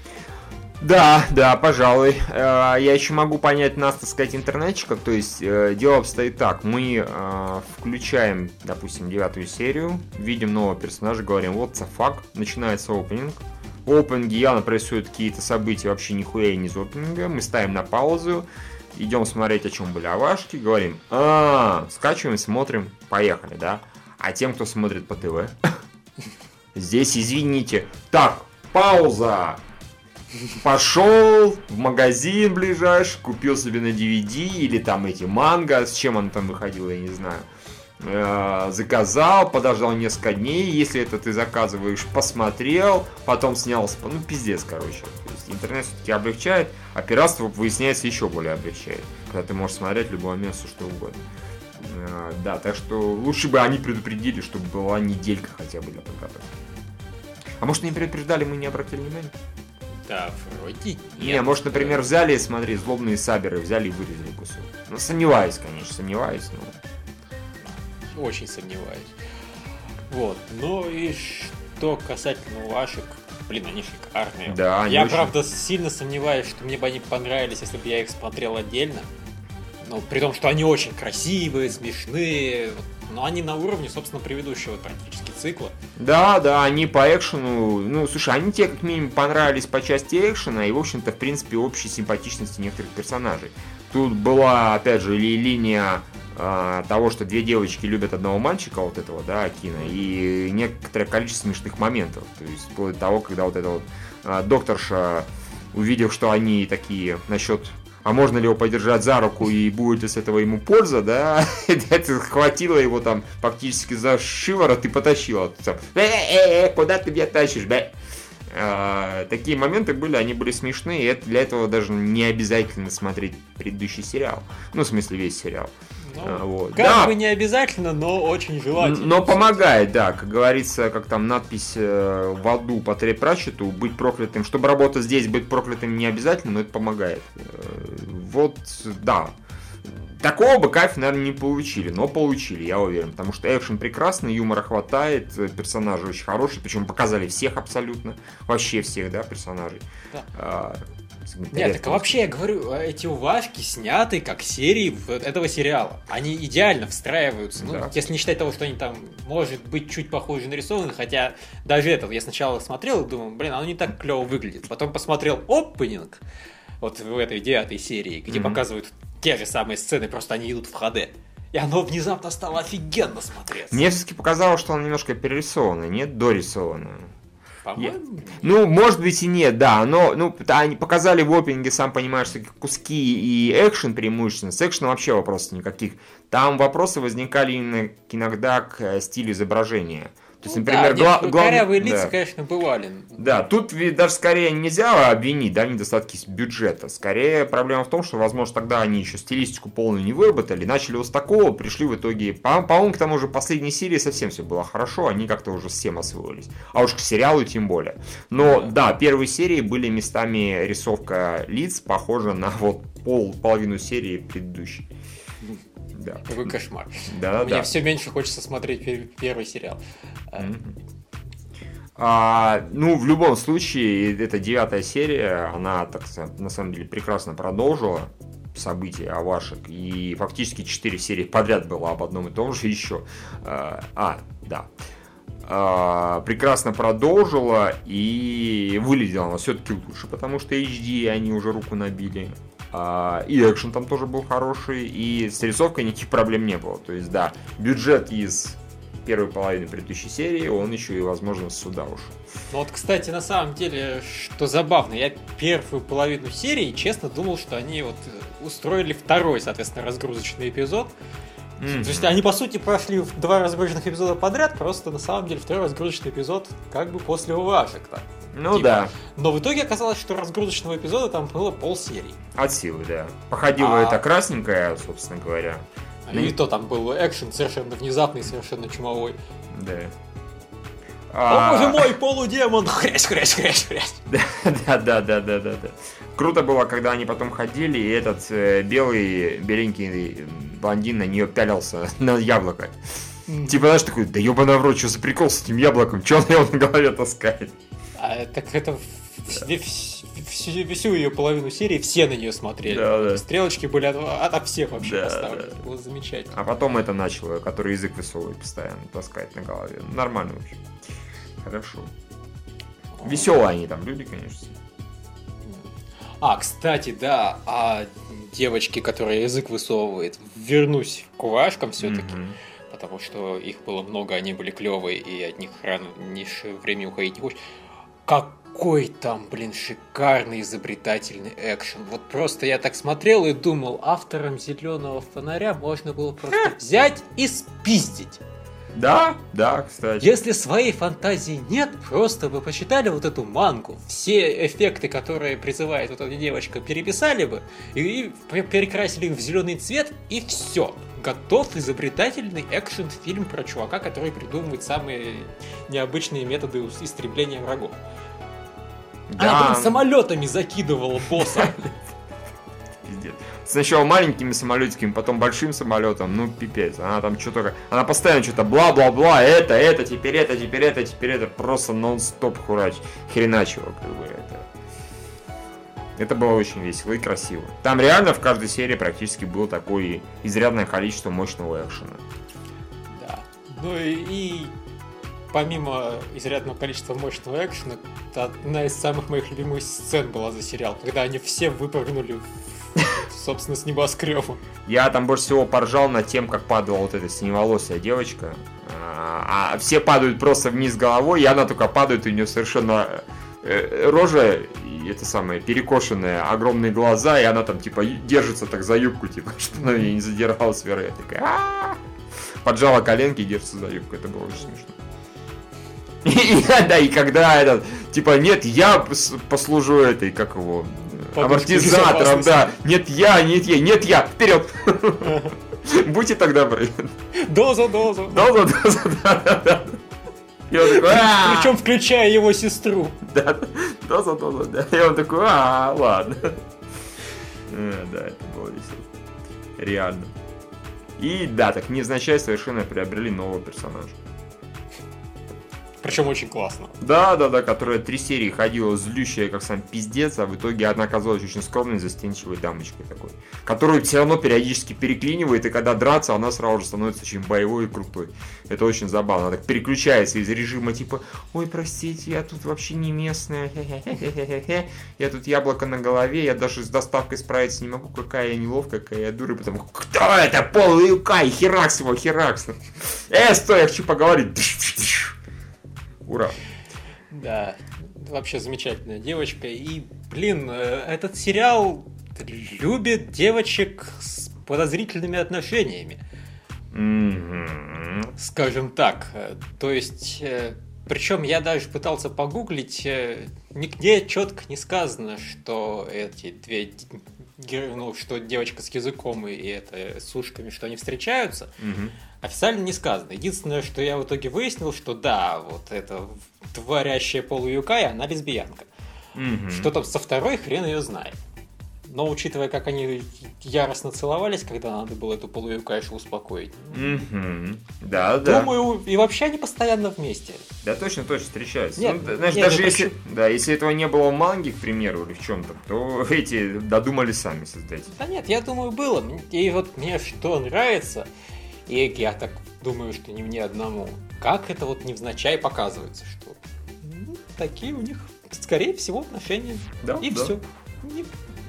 Да, да, пожалуй. Я еще могу понять нас, так сказать, интернетчиков. То есть дело обстоит так. Мы включаем, допустим, девятую серию, видим нового персонажа, говорим what the fuck, начинается опенинг. В опенинге явно происходят какие-то события вообще нихуя и не из опенинга. Мы ставим на паузу, идем смотреть, о чем были Авашки, говорим, а, скачиваем, смотрим, поехали, да. А тем, кто смотрит по ТВ, здесь, извините, так, пауза. Пошел в магазин ближайший, купил себе на ди ви ди или там эти манго, с чем он там выходил, я не знаю. Э-э- заказал, подождал несколько дней, если это ты заказываешь, посмотрел, потом снял, ну пиздец, короче. То есть интернет все-таки облегчает, а пиратство, выясняется, еще более облегчает, когда ты можешь смотреть в любое место, что угодно. Э-э- да, так что лучше бы они предупредили, чтобы была неделька хотя бы для подготовки. А может, не предупреждали, мы не обратили внимания? Да, вроде нет. Не, может, например, взяли, смотри, злобные саберы, взяли и вырезали кусок. Ну, сомневаюсь, конечно, сомневаюсь, но... Очень сомневаюсь. Вот, ну и что касательно УВАшек, блин, они шикарные. Да, они Я, очень... правда, сильно сомневаюсь, что мне бы они понравились, если бы я их смотрел отдельно. Ну, при том, что они очень красивые, смешные, но они на уровне, собственно, предыдущего практически цикла. Да, да, они по экшену, ну, слушай, они тебе как минимум понравились по части экшена и, в общем-то, в принципе, общей симпатичности некоторых персонажей. Тут была, опять же, ли, линия э, того, что две девочки любят одного мальчика, вот этого, да, Акина, и некоторое количество смешных моментов. То есть, вплоть до того, когда вот эта вот э, докторша, увидев, что они такие насчет... А можно ли его подержать за руку и будет ли с этого ему польза, да? Это хватило его там фактически за шиворот и потащило. Э-э-э, куда ты меня тащишь, бля? э, такие моменты были, они были смешные, и это, для этого даже не обязательно смотреть предыдущий сериал. Ну, в смысле, весь сериал. Ну, а, вот. Как да. бы не обязательно, но очень желательно. Но помогает, да, как говорится, как там надпись э, в аду по Терри Пратчетту, быть проклятым. Чтобы работать здесь, быть проклятым не обязательно, но это помогает. Э, вот, да. Такого бы кайфа, наверное, не получили, но получили, я уверен, потому что экшен прекрасный, юмора хватает, персонажи очень хорошие, причем показали всех абсолютно, вообще всех, да, персонажей. Да. А, Нет, так вообще я говорю, эти уважки сняты как серии этого сериала. Они идеально встраиваются. Ну, да. Если не считать того, что они там, может быть, чуть похуже нарисованы, хотя даже это, я сначала смотрел и думал, блин, оно не так клево выглядит. Потом посмотрел опенинг, вот в этой девятой серии, где mm-hmm. показывают те же самые сцены, просто они идут в ха дэ. И оно внезапно стало офигенно смотреться. Мне все-таки показалось, что оно немножко перерисовано, нет, дорисовано. По-моему, Я... Ну, может быть и нет, да, но ну, они показали в опенинге, сам понимаешь, что куски и экшен преимущественно. С экшеном вообще вопросов никаких. Там вопросы возникали именно иногда к стилю изображения. То есть, ну, например, да, гла- главный... корявые лица, да. конечно, бывали. Да, тут даже скорее нельзя обвинить, да, недостатки бюджета. Скорее проблема в том, что, возможно, тогда они еще стилистику полную не выработали, начали вот с такого, пришли в итоге... По- по-моему, к тому же последней серии совсем все было хорошо, они как-то уже с всем освоились. А уж к сериалу тем более. Но, да, да первые серии были местами рисовка лиц похожа на вот пол, половину серии предыдущей. Да. Какой кошмар. Да, Мне да. все меньше хочется смотреть первый сериал. Mm-hmm. А, ну, в любом случае, эта девятая серия, она, так на самом деле, прекрасно продолжила события Овашек. И фактически четыре серии подряд было об одном и том же еще. А, а да. А, прекрасно продолжила и выглядела она все-таки лучше, потому что эйч ди они уже руку набили. Uh, и экшен там тоже был хороший, и с рисовкой никаких проблем не было. То есть, да, бюджет из первой половины предыдущей серии, он еще и, возможно, сюда ушел. Ну вот, кстати, на самом деле, что забавно, я первую половину серии, честно, думал, что они вот устроили второй, соответственно, разгрузочный эпизод. Mm-hmm. То есть они, по сути, прошли два разгрузочных эпизода подряд, просто на самом деле второй разгрузочный эпизод как бы после уважек-то. Ну типа. Да. Но в итоге оказалось, что разгрузочного эпизода там было полсерии. От силы, да. Походила а... это красненькая, собственно говоря. И ну... то там был экшен совершенно внезапный, совершенно чумовой. Да. О, боже мой, полудемон! Хрясь, хрясь, хрясь, хрясь. Да, да, да, да, да, да. Круто было, когда они потом ходили, и этот э, белый, беленький блондин на нее пялился на яблоко. Mm. Типа, знаешь, такой, да ебаный в рот, что за прикол с этим яблоком? Че он его на голове таскает? А, так это всю, всю ее половину серии все на нее смотрели. Да, да. Стрелочки были от, от, от всех вообще да, поставлены. Да. Было замечательно. А потом это начало, который язык высовывает постоянно, таскать на голове. Нормально вообще. Хорошо. Веселые они там люди, конечно. А, кстати, да, а девочки, которые язык высовывает, вернусь к уважкам все-таки. Mm-hmm. Потому что их было много, они были клевые, и от них рано не время уходить не хочешь. Какой там, блин, шикарный изобретательный экшен. Вот просто я так смотрел и думал, авторам «Зеленого фонаря» можно было просто взять и спиздить. Да, да, кстати. Если своей фантазии нет, просто бы почитали вот эту мангу, все эффекты, которые призывает вот эта девочка, переписали бы и перекрасили их в зеленый цвет, и все. Готов изобретательный экшен-фильм про чувака, который придумывает самые необычные методы истребления врагов. Да. Она, блин, самолетами закидывала босса. Пиздец. Сначала маленькими самолетиками, потом большим самолетом, ну пипец. Она там что-то, она постоянно что-то бла-бла-бла, это, это, теперь это, теперь это, теперь это, просто нон-стоп хурач, хреначило, как бы это. Это было очень весело и красиво. Там реально в каждой серии практически было такое изрядное количество мощного экшена. Да. Ну и, и помимо изрядного количества мощного экшена, одна из самых моих любимых сцен была за сериал, когда они все выпрыгнули собственно, с небоскреба. Я там больше всего поржал над тем, как падала вот эта синеволосая девочка. А, а все падают просто вниз головой, и она только падает, у нее совершенно э, рожа, и это самое, перекошенная, огромные глаза, и она там, типа, держится так за юбку, типа, что она ее не задиралась вверх. Я такая, а-а-а! Поджала коленки и держится за юбку, это было очень смешно. И, и, да, и когда этот, типа, нет, я послужу этой, как его, амортизатором, да. Нет, я, нет, я, нет, я, вперед! Будьте тогда добры. Доза, доза. Доза, доза, да, да, да. И он такой, а Причем включая его сестру. Да, доза, доза, да. И он такой, а ладно. Да, это было весело. Реально. И да, так невзначай совершенно приобрели нового персонажа. Причем очень классно. Да, да, да, которая три серии ходила злющая, как сам пиздец, а в итоге она оказалась очень скромной, застенчивой дамочкой такой, которую все равно периодически переклинивает, и когда драться, она сразу же становится очень боевой и крутой. Это очень забавно. Она так переключается из режима типа, ой, простите, я тут вообще не местная, я тут яблоко на голове, я даже с доставкой справиться не могу, какая я неловкая, какая я дура, потому кто это? Пол Юкай, херакс его, херакс. Э, стой, я хочу поговорить. Ура! Да, вообще замечательная девочка. И, блин, этот сериал любит девочек с подозрительными отношениями. Mm-hmm. Скажем так. То есть, причем я даже пытался погуглить, нигде четко не сказано, что эти две, ну, что девочка с языком и это с ушками, что они встречаются. Mm-hmm. Официально не сказано. Единственное, что я в итоге выяснил, что да, вот эта творящая Полу Юкай, она лесбиянка. Mm-hmm. Что там со второй, хрен ее знает. Но учитывая, как они яростно целовались, когда надо было эту Полу Юкайшу успокоить. Mm-hmm. Да, да. Думаю, и вообще они постоянно вместе. Да, точно, точно встречаются. Нет, ну, знаешь, нет, даже нет, если, почему? да, если этого не было в манге, к примеру, или в чем-то, то эти додумали сами создать. Да нет, я думаю, было. И вот мне что нравится, и я так думаю, что не мне одному, как это вот невзначай показывается, что ну, такие у них, скорее всего, отношения. Да, и да. все. И...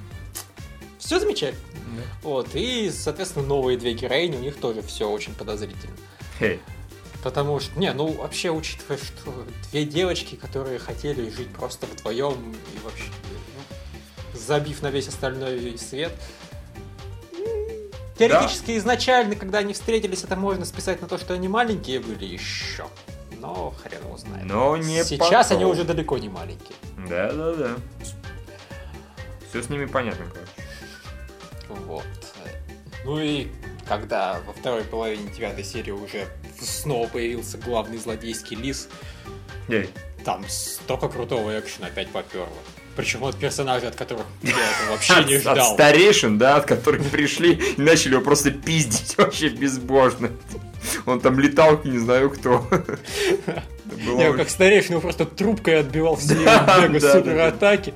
Все замечательно. Да. Вот. И, соответственно, новые две героини, у них тоже все очень подозрительно. Hey. Потому что, не, ну вообще, учитывая, что две девочки, которые хотели жить просто вдвоем и вообще, ну, забив на весь остальной свет. Теоретически, да. Изначально, когда они встретились, это можно списать на то, что они маленькие были еще. Но хрен его знает. Но не Сейчас потом. они уже далеко не маленькие. Да, да, да. Все с ними понятно, короче. Вот. Ну и когда во второй половине девятой серии уже снова появился главный злодейский лис, Эй. там столько крутого экшена опять поперло. Причем от персонажей, от которых я этого вообще не ждал. От старейшин, да, от которых пришли и начали его просто пиздить вообще безбожно. Он там летал, не знаю кто. Я как старейшина просто трубкой отбивал все мега супер атаки.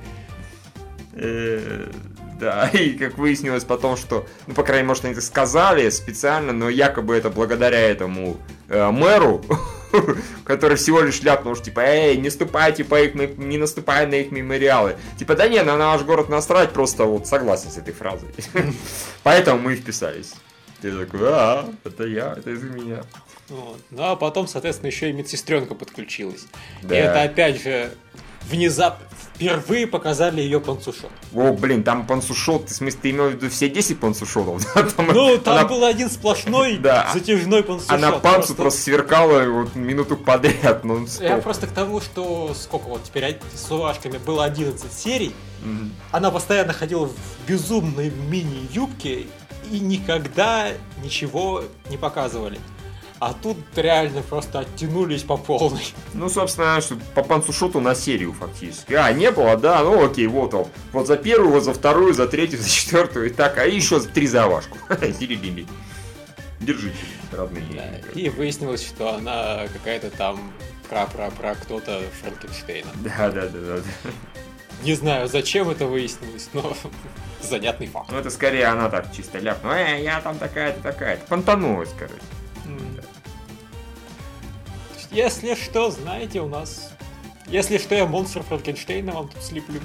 Да, и как выяснилось потом, что, ну, по крайней мере, может, они это сказали специально, но якобы это благодаря этому э, мэру, который всего лишь ляпнул, что типа, эй, не ступайте по их, не наступай на их мемориалы. Типа, да не, на наш город насрать, просто вот согласен с этой фразой. Поэтому мы и вписались. Ты такой, а, это я, это из-за меня. Вот. Ну, а потом, соответственно, еще и медсестренка подключилась. Да. И это, опять же, внезапно, впервые показали ее панцушот. О, блин, там панцушот, в смысле, ты имел в виду все десять панцушотов? Там, ну, там она... был один сплошной да. затяжной панцушот. Она панцу просто... просто сверкала вот минуту подряд. Ну, я просто к тому, что сколько вот теперь с Урашками было одиннадцать серий, mm-hmm. она постоянно ходила в безумной мини-юбке и никогда ничего не показывали. А тут реально просто оттянулись по полной. Ну, собственно, что по панцушоту на серию фактически. А, не было, да, ну окей, вот он. Вот за первую, вот за вторую, за третью, за четвертую и так. А еще за три за Вашку. Держите, родные. Да, и выяснилось, что она какая-то там пра-пра-пра кто-то Франкенштейна. Да, да, да, да. Не знаю, зачем это выяснилось, но занятный факт. Ну, это скорее она так чисто ляпнула. Э, я там такая-то, такая-то. Понтанулась, короче. Mm. Если что, знаете, у нас... Если что, я монстр Франкенштейна вам тут слеплю.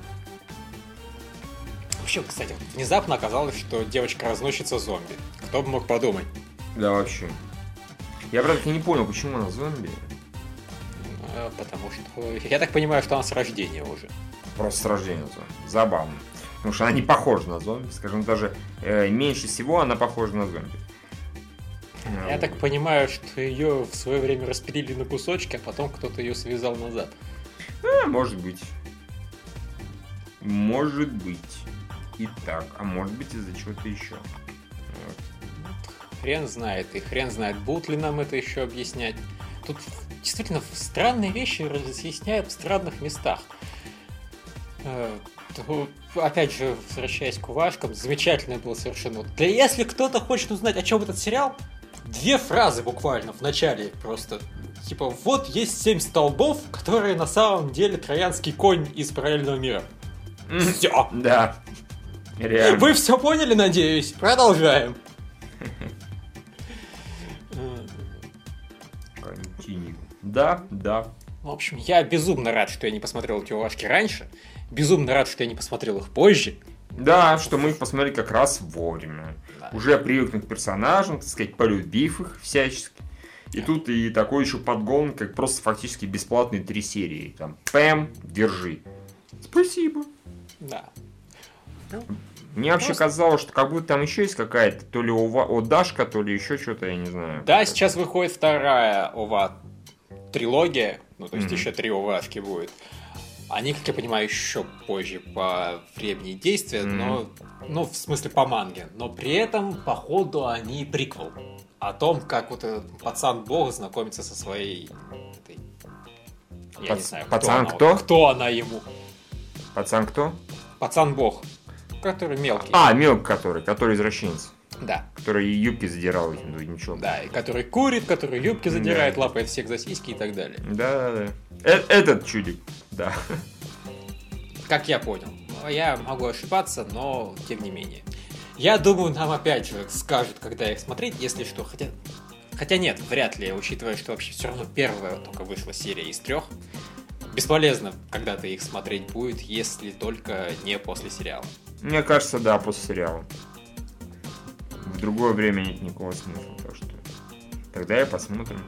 Вообще, кстати, внезапно оказалось, что девочка-разносчица зомби. Кто бы мог подумать? Да, вообще. Я, правда, не понял, почему она зомби. Потому что... Я так понимаю, что она с рождения уже. Просто с рождения зомби. Забавно. Потому что она не похожа на зомби. Скажем, даже э, меньше всего она похожа на зомби. Я так понимаю, что ее в свое время распилили на кусочки, а потом кто-то ее связал назад. А, может быть. Может быть. И так. А может быть из-за чего-то еще. Вот. Хрен знает. И хрен знает, будут ли нам это еще объяснять. Тут действительно странные вещи разъясняют в странных местах. Опять же, возвращаясь к Увашкам, замечательное было совершенно. Да если кто-то хочет узнать, о чем этот сериал, две фразы буквально в начале просто. Типа, вот есть семь столбов, которые на самом деле троянский конь из параллельного мира. Все. Да. Реально. Вы все поняли, надеюсь? Продолжаем. Continue. Да, да. В общем, я безумно рад, что я не посмотрел эти Увашки раньше. Безумно рад, что я не посмотрел их позже. Да, что мы их посмотрели как раз вовремя. Да. Уже привыкнув к персонажам, так сказать, полюбив их всячески. И тут и такой еще подгон, как просто фактически бесплатные три серии. Там, пэм, держи. Спасибо. Да. Мне вообще просто казалось, что как будто там еще есть какая-то то ли ОВА, ОДАшка, то ли еще что-то, я не знаю. Да, сейчас это выходит вторая ОВА трилогия, ну то есть mm-hmm. еще три ОВАшки будет. Они, как я понимаю, еще позже по времени действия, mm-hmm. но, ну, в смысле по манге. Но при этом, походу, они приквел. О том, как вот этот пацан-бог знакомится со своей... Этой... Я Пац... не знаю, кто пацан она, кто? Кто она ему? Пацан кто? Пацан-бог. Который мелкий. А, мелкий который, который извращенец. Да. Который юбки задирал, ну ничего. Да, и который курит, который юбки задирает, да. Лапает всех за сиськи и так далее. Да, да, да. Э- этот чудик, да. Как я понял. Я могу ошибаться, но тем не менее. Я думаю, нам опять же скажут, когда их смотреть, если что. Хотя, хотя нет, вряд ли, учитывая, что вообще все равно первая только вышла серия из трех. Бесполезно когда-то их смотреть будет, если только не после сериала. Мне кажется, да, после сериала. В другое время нет никакого смысла, так что тогда и посмотрим.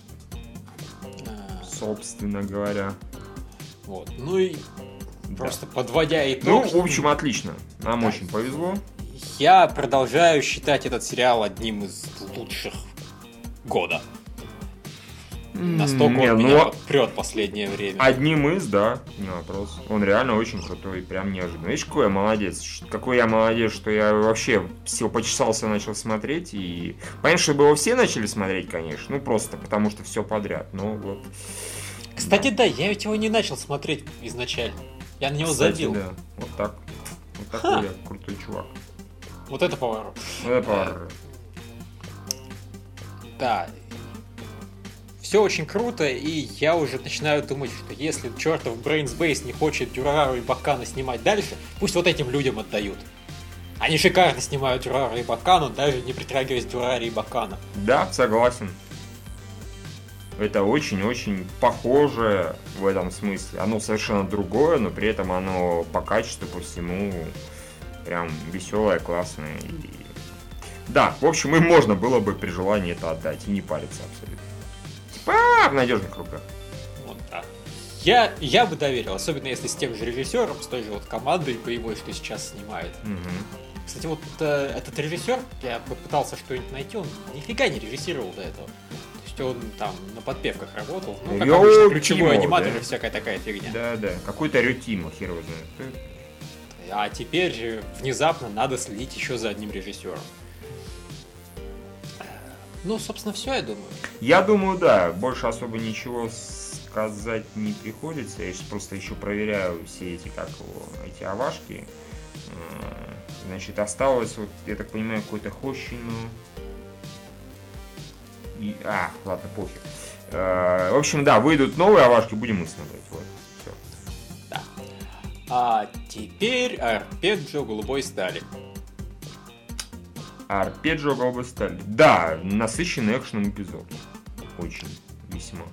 А... Собственно говоря. Вот, ну и да. Просто подводя итог. Ну, в общем, отлично. Нам да. очень повезло. Я продолжаю считать этот сериал одним из лучших года. Настолько не, он ну, меня прет в последнее время. Одним из, да, не вопрос. Он реально очень крутой, прям неожиданно. Видишь, какой я молодец. Какой я молодец, что я вообще всего почесался, начал смотреть. И понятно, чтобы его все начали смотреть, конечно. Ну, просто потому что все подряд. Ну, вот. Кстати, да, да я ведь его не начал смотреть изначально. Я на него Кстати, забил. Да, вот так. Вот такой Ха. я крутой чувак. Вот это поворот. Вот это поворот. Да. Все очень круто, и я уже начинаю думать, что если чертов Брейнсбейс не хочет Дюрарару и Бакана снимать дальше, пусть вот этим людям отдают. Они шикарно снимают Дюрарара и Бакану, даже не притрагиваясь к Дюрараре и Бакана. Да, согласен. Это очень-очень похоже в этом смысле. Оно совершенно другое, но при этом оно по качеству, по всему прям веселое, классное. И... Да, в общем, им можно было бы при желании это отдать и не париться абсолютно. А, в надежных руках. Вот так. Я, я бы доверил, особенно если с тем же режиссером, с той же вот командой боевой, что сейчас снимает. Угу. Кстати, вот э, этот режиссер, я попытался что-нибудь найти, он нифига не режиссировал до этого. То есть он там на подпевках работал, ну, как Рё обычно, ключевой Тимо, аниматор да? и всякая такая фигня. Да, да, какой-то Рютимо, хер его знает. А теперь же внезапно надо следить еще за одним режиссером. Ну, собственно, все, я думаю. Я думаю, да. Больше особо ничего сказать не приходится. Я сейчас просто еще проверяю все эти, как его, эти овашки. Значит, осталось, вот, я так понимаю, какой-то Хощину. И... А, ладно, пофиг. В общем, да, выйдут новые овашки, будем их смотреть. Вот, все. Да. А теперь Арпеджио голубой стали. Арпеджио голубой стали. Да, насыщенный экшеном эпизод. Очень, весьма.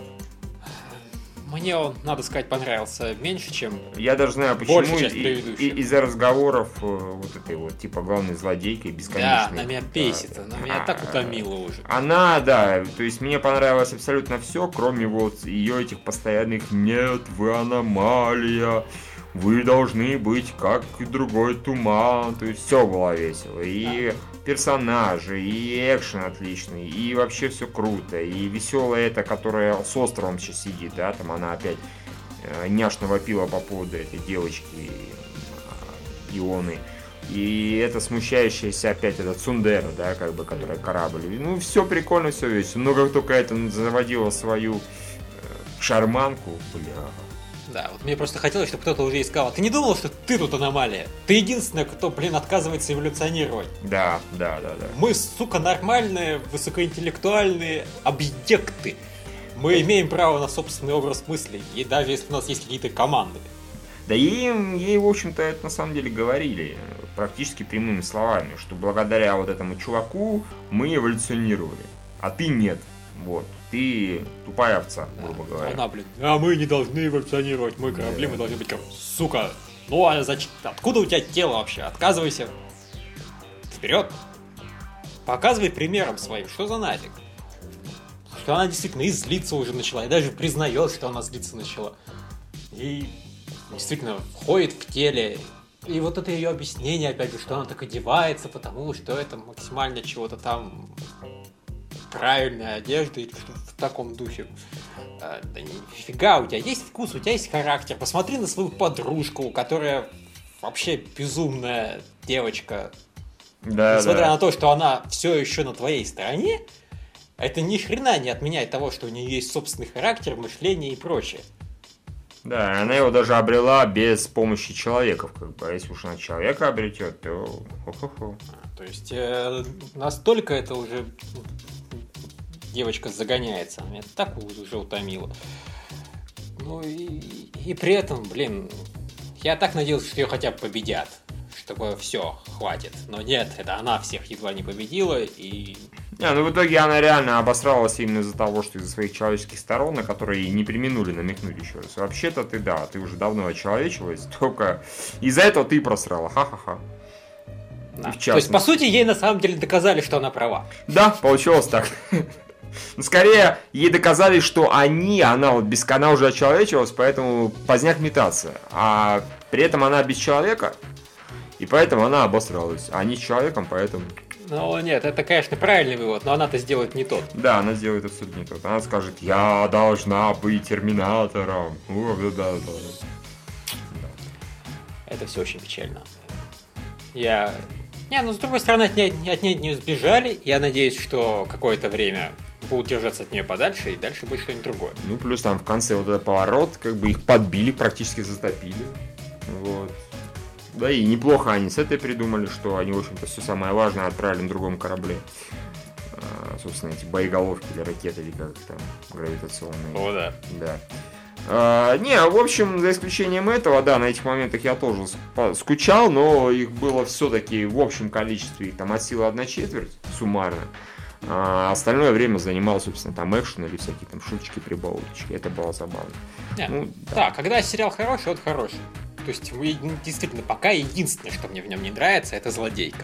Мне он, надо сказать, понравился меньше, чем я даже знаю почему. Большая часть предыдущих. И, и, из-за разговоров вот этой вот, типа, главной злодейкой бесконечной. Да, она меня бесит, да, она меня так утомила уже. Она, да, то есть мне понравилось абсолютно все, кроме вот ее этих постоянных «нет, вы аномалия», вы должны быть как другой туман. То есть все было весело. И персонажи, и экшен отличный, и вообще все круто. И веселая эта, которая с островом сейчас сидит, да, там она опять э, няшно вопила по поводу этой девочки э, Ионы. И это смущающаяся опять эта Цундера, да, как бы, которая корабль. Ну, все прикольно, все весело. Но как только это заводила свою э, шарманку, бля. Да, вот мне просто хотелось, чтобы кто-то уже искал. Ты не думал, что ты тут аномалия? Ты единственный, кто, блин, отказывается эволюционировать. Да, да, да, да. Мы, сука, нормальные, высокоинтеллектуальные объекты. Мы имеем право на собственный образ мыслей, и даже если у нас есть какие-то команды. Да ей, ей, в общем-то, это на самом деле говорили практически прямыми словами, что благодаря вот этому чуваку мы эволюционировали, а ты нет. Вот. Ты тупая овца, грубо Да, говоря. она, блин, а мы не должны эволюционировать, мы корабли, Да. мы должны быть как... Сука, ну а зачем? Откуда у тебя тело вообще? Отказывайся. Вперед. Показывай примером своим, что за нафиг? Что она действительно и злиться уже начала, и даже признает, что она злиться начала. И действительно входит в теле. И вот это ее объяснение, опять же, что она так одевается, потому что это максимально чего-то там правильная одежда или что в таком духе. А, да нифига, у тебя есть вкус, у тебя есть характер. Посмотри на свою подружку, которая вообще безумная девочка. Да, Несмотря да. на то, что она все еще на твоей стороне, это ни хрена не отменяет того, что у нее есть собственный характер, мышление и прочее. Да, она его даже обрела без помощи человеков, как бы. А если уж она человека обретет, то хо-хо-хо. То есть э, настолько это уже девочка загоняется, меня так уже утомило. Ну и, и при этом, блин, я так надеялся, что ее хотя бы победят, чтобы все, хватит. Но нет, это она всех едва не победила, и... Не, ну в итоге она реально обосралась именно из-за того, что из-за своих человеческих сторон, на которые не преминули намекнуть еще раз. Вообще-то ты, да, ты уже давно очеловечилась, только из-за этого ты просрала, ха-ха-ха. Да. В То есть, по сути, ей на самом деле доказали, что она права. Да, получилось так. Но скорее, ей доказали, что они, она вот без она уже очеловечилась, поэтому поздняк метаться. А при этом она без человека, и поэтому она обосралась. А они с человеком, поэтому... Ну нет, это, конечно, правильный вывод, но она-то сделает не тот. Да, она сделает абсолютно не тот. Она скажет, я должна быть терминатором. О, да, да, да. Это все очень печально. Я... Не, ну с другой стороны, от нее, от нее не сбежали. Я надеюсь, что какое-то время будут держаться от нее подальше, и дальше будет что-нибудь другое. Ну, плюс там в конце вот этот поворот, как бы их подбили, практически затопили. Вот. Да и неплохо они с этой придумали, что они, в общем-то, все самое важное отправили на другом корабле. А, собственно, эти боеголовки или ракеты, или как там, гравитационные. О, да. Да. А, не, в общем, за исключением этого, да, на этих моментах я тоже скучал, но их было все-таки в общем количестве, их там от силы одна четверть суммарно. А остальное время занимал, собственно, там экшен или всякие там шуточки, прибауточки. Это было забавно. Не, Ну, да. да. Когда сериал хороший, он хороший. То есть, действительно, пока единственное, что мне в нем не нравится, это злодейка.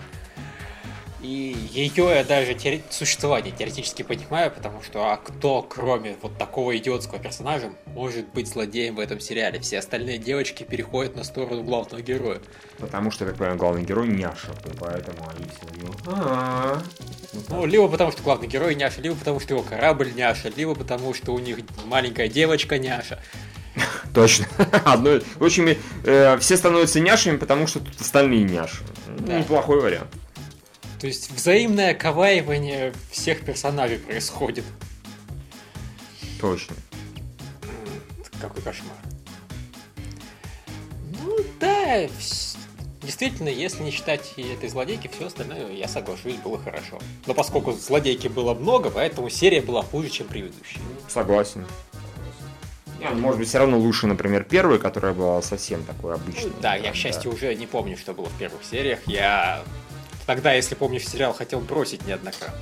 И ее я даже теоре... существование теоретически понимаю, потому что а кто, кроме вот такого идиотского персонажа, может быть злодеем в этом сериале? Все остальные девочки переходят на сторону главного героя. Потому что, как понимаю, главный герой няша, поэтому они все его... А-а-а. Ну, либо потому, что главный герой няша, либо потому, что его корабль няша, либо потому, что у них маленькая девочка няша. Точно. Одно... В общем, э, все становятся няшами, потому что тут остальные няши. Да. Неплохой вариант. То есть взаимное коваивание всех персонажей происходит. Точно. Какой кошмар. Ну да, вс- действительно, если не считать и этой злодейки, все остальное, я соглашусь, было хорошо. Но поскольку злодейки было много, поэтому серия была хуже, чем предыдущая. Согласен. Не, ну, может быть, все равно лучше, например, первая, которая была совсем такой обычной. Да, я, к счастью, уже не помню, что было в первых сериях. Я тогда, если помнишь сериал, хотел бросить неоднократно.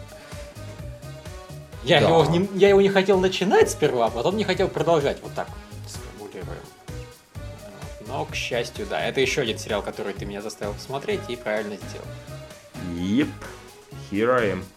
Я, Да. его не, я его не хотел начинать сперва, а потом не хотел продолжать. Вот так вот сформулируем. Но, к счастью, да. Это еще один сериал, который ты меня заставил посмотреть и правильно сделал. Yep. Here I am.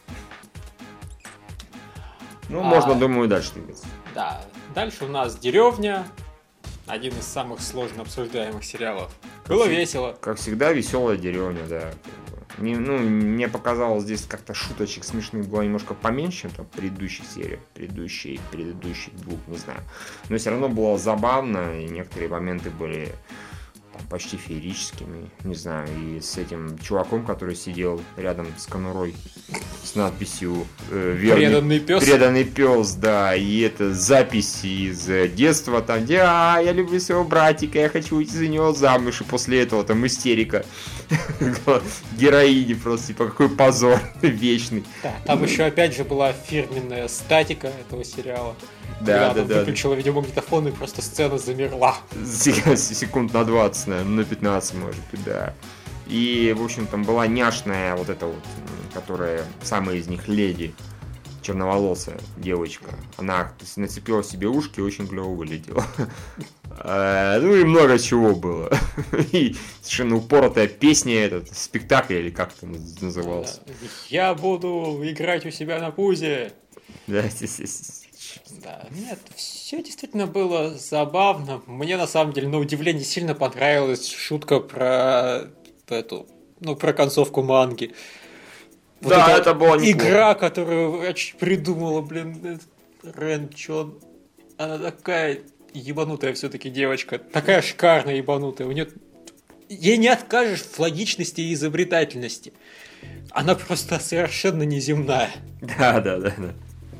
Ну, А, можно, думаю, дальше двигаться. Да. Дальше у нас деревня. один из самых сложно обсуждаемых сериалов. Было весело. Как всегда, веселая деревня, да. Не, ну, мне показалось, здесь как-то шуточек смешных было немножко поменьше, чем там в предыдущей серии, предыдущей, предыдущих двух, не знаю. Но все равно было забавно, и некоторые моменты были там, почти феерическими, не знаю. И с этим чуваком, который сидел рядом с конурой с надписью э, верный, «Преданный пес». Преданный пес, да, и это записи из детства, там, где а, я люблю своего братика, я хочу выйти за него замуж, и после этого там истерика героини просто, типа, какой позор вечный. Да, там еще опять же была фирменная статика этого сериала. Да, да, да. Выключила видеомагнитофон, и просто сцена замерла. Секунд на двадцать, наверное, на пятнадцать, может быть, да. И, в общем, там была няшная вот эта вот, которая, самая из них леди, черноволосая девочка. Она нацепила себе ушки и очень клево выглядела. Ну и много чего было. И совершенно упоротая песня, этот спектакль, или как это назывался. Я буду играть у себя на пузе. Да, Да, нет, все действительно было забавно. Мне на самом деле, на удивление, сильно понравилась шутка про эту, ну, про концовку манги. Вот да, это была неплохо. Игра, которую придумала, блин, Рен Чон. Она такая ебанутая все-таки девочка. Такая шикарная ебанутая. У нее... Ей не откажешь в логичности и изобретательности. Она просто совершенно неземная. Да, да, да, да.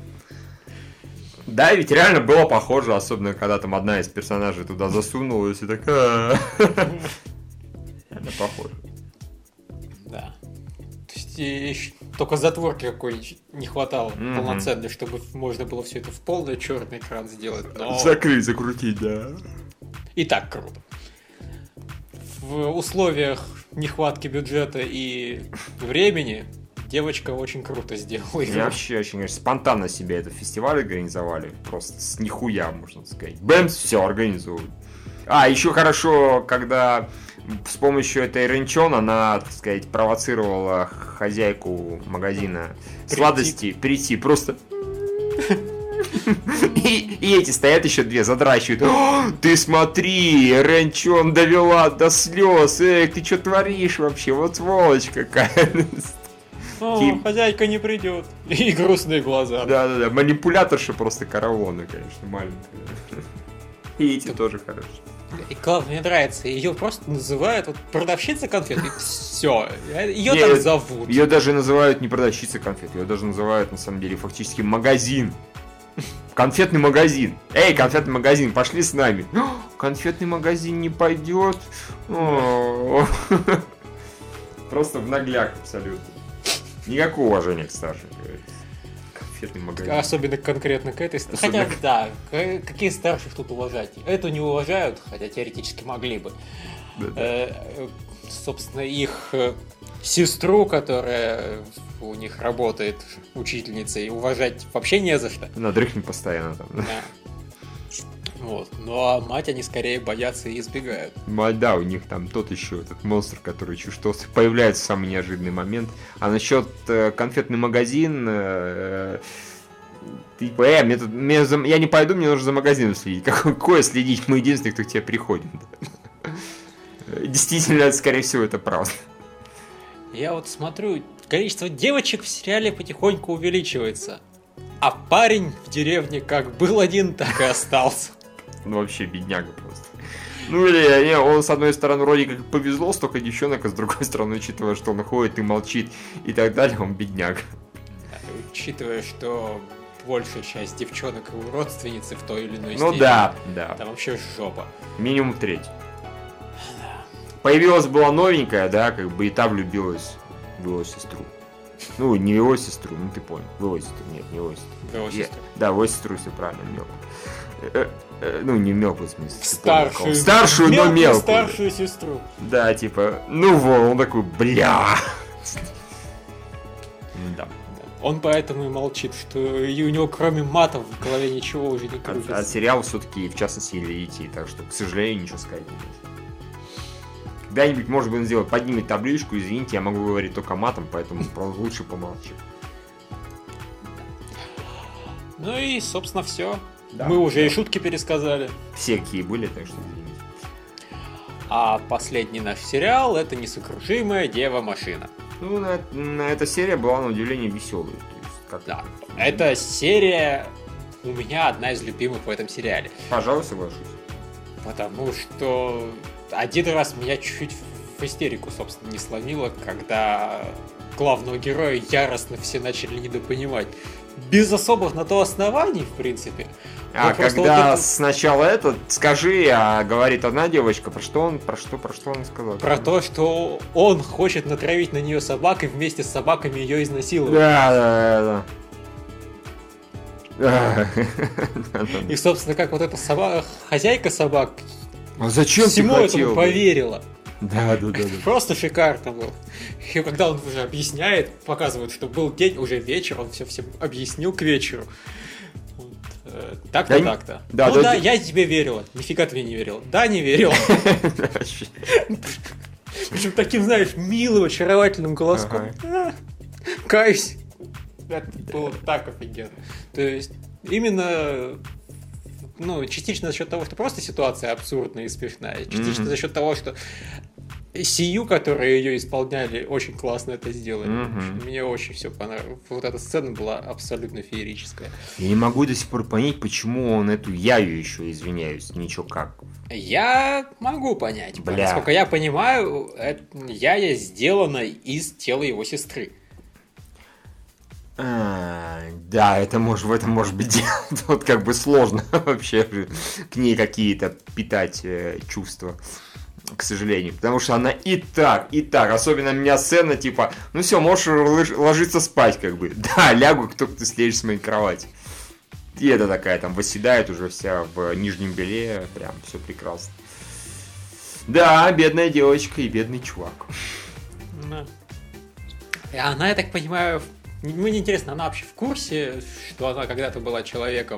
Да, ведь реально было похоже, особенно когда там одна из персонажей туда засунулась и такая... Реально похоже. Да. То есть только затворки какой-нибудь не хватало mm-hmm. полноценной, чтобы можно было все это в полный черный экран сделать. Но... Закрыть, закрутить, да. И так круто. В условиях нехватки бюджета и времени девочка очень круто сделала игру. Я вообще очень, конечно, спонтанно себе этот фестиваль организовали. Просто с нихуя, можно сказать. Бэмс, все, организуют. А, еще хорошо, когда с помощью этой Ренчон она, так сказать, провоцировала хозяйку магазина прийти. Сладости прийти. Просто... И, и эти стоят еще две, задрачивают. О, ты смотри, Ренчон довела до слез. Эй, ты что творишь вообще? Вот сволочь какая. О, Тип... хозяйка не придет. И грустные глаза. Да-да-да, манипуляторша просто каравона, конечно, маленькая. И эти тоже хорошие. И главное, мне нравится, ее просто называют вот, продавщица конфет, и все, ее не, так зовут. Ее даже называют не продавщицей конфет, ее даже называют, на самом деле, фактически магазин. Конфетный магазин. Эй, конфетный магазин, пошли с нами. Конфетный магазин не пойдет. Просто в нагляк абсолютно. Никакого уважения к старшим, говорится. Конфетный магазин. Особенно конкретно к этой стороне. Хотя, да, какие старших тут уважать? Эту не уважают, хотя теоретически могли бы. Да, да. Э, собственно, их сестру, которая у них работает учительницей, уважать вообще не за что. Она дрыхнет постоянно там. Да. Вот. Ну а мать они скорее боятся и избегают. Мать, да, у них там тот еще этот монстр, который чуть что появляется в самый неожиданный момент. А насчет э, конфетный магазин, э, типа, э, мне тут, мне за, я не пойду, мне нужно за магазином следить. Какое следить? Мы единственные, кто к тебе приходит. Действительно, скорее всего, это правда. Я вот смотрю, количество девочек в сериале потихоньку увеличивается. А парень в деревне как был один, так и остался. Ну, вообще, бедняга просто. Ну, или не, он, с одной стороны, вроде как повезло, столько девчонок, а с другой стороны, учитывая, что он ходит и молчит и так далее, он бедняк. Да, учитывая, что большая часть девчонок его родственницы в той или иной ну, степени. да, да. Там вообще жопа. Минимум треть. Появилась была новенькая, да, как бы и та влюбилась в его сестру. Ну, не его сестру, ну ты понял. В его сестру, нет, не его сестру. В его сестру. Я, да, в его сестру, все правильно, мелкую. Э, э, ну, не мелкую, в смысле. Старшую. Старшую, но мелкую. Старшую сестру. Да, типа, ну вот, он такой, бля. Да. Он поэтому и молчит, что и у него кроме матов в голове ничего уже не крутится. А, а сериал все-таки, в частности, или идти, так что, к сожалению, ничего сказать не можно. Когда-нибудь, может быть, он сделает, поднимет табличку, извините, я могу говорить только матом, поэтому лучше помолчи. Ну и, собственно, все. Да, Мы уже да. и шутки пересказали. Все какие были, так что извините. А последний наш сериал — это «Несокрушимая Дева-машина». Ну, на, на эта серия была, на удивление, веселой. То есть, как... Да, эта серия у меня одна из любимых в этом сериале. Пожалуй, соглашусь. Потому что один раз меня чуть-чуть в истерику, собственно, не сломило, когда главного героя яростно все начали недопонимать. Без особых на то оснований, в принципе. А Но просто когда вот это... сначала этот, скажи, а говорит одна девочка, про что он, про что, про что он сказал? Про то, что он хочет натравить на нее собак и вместе с собаками ее изнасиловать. Да, да, да. И, собственно, как вот эта собака, хозяйка собак, А зачем всему ты этому хотел? поверила. Да, да, да, да. Просто шикарно был. И когда он уже объясняет, показывает, что был день, уже вечер, он все всем объяснил к вечеру. Вот, э, так-то, Да, так-то. да, ну да, да, да. я тебе верила. Нифига ты мне не верил. Да, не верил. Причем таким, знаешь, милым, очаровательным голоском. А, Каюсь. Это было так офигенно. То есть, именно... Ну, частично за счет того, что просто ситуация абсурдная и смешная, частично Мгм. за счет того, что Сию, которые ее исполняли, очень классно это сделали. Мгм. В общем, мне очень все понравилось. Вот эта сцена была абсолютно феерическая. Я не могу до сих пор понять, почему он эту Яю еще, извиняюсь, ничего как. Я могу понять. Бля. Насколько я понимаю, это, Яя сделана из тела его сестры. А, да, это может, в этом может быть дело. Вот как бы сложно вообще к ней какие-то питать э, чувства, к сожалению. Потому что она и так, и так. Особенно у меня сцена типа, ну все, можешь лож- ложиться спать как бы. Да, лягу, кто ты слезешь с моей кровати. И это такая там восседает уже вся в нижнем белье. Прям все прекрасно. Да, бедная девочка и бедный чувак. Да. И она, я так понимаю, мне интересно, она вообще в курсе, что она когда-то была человеком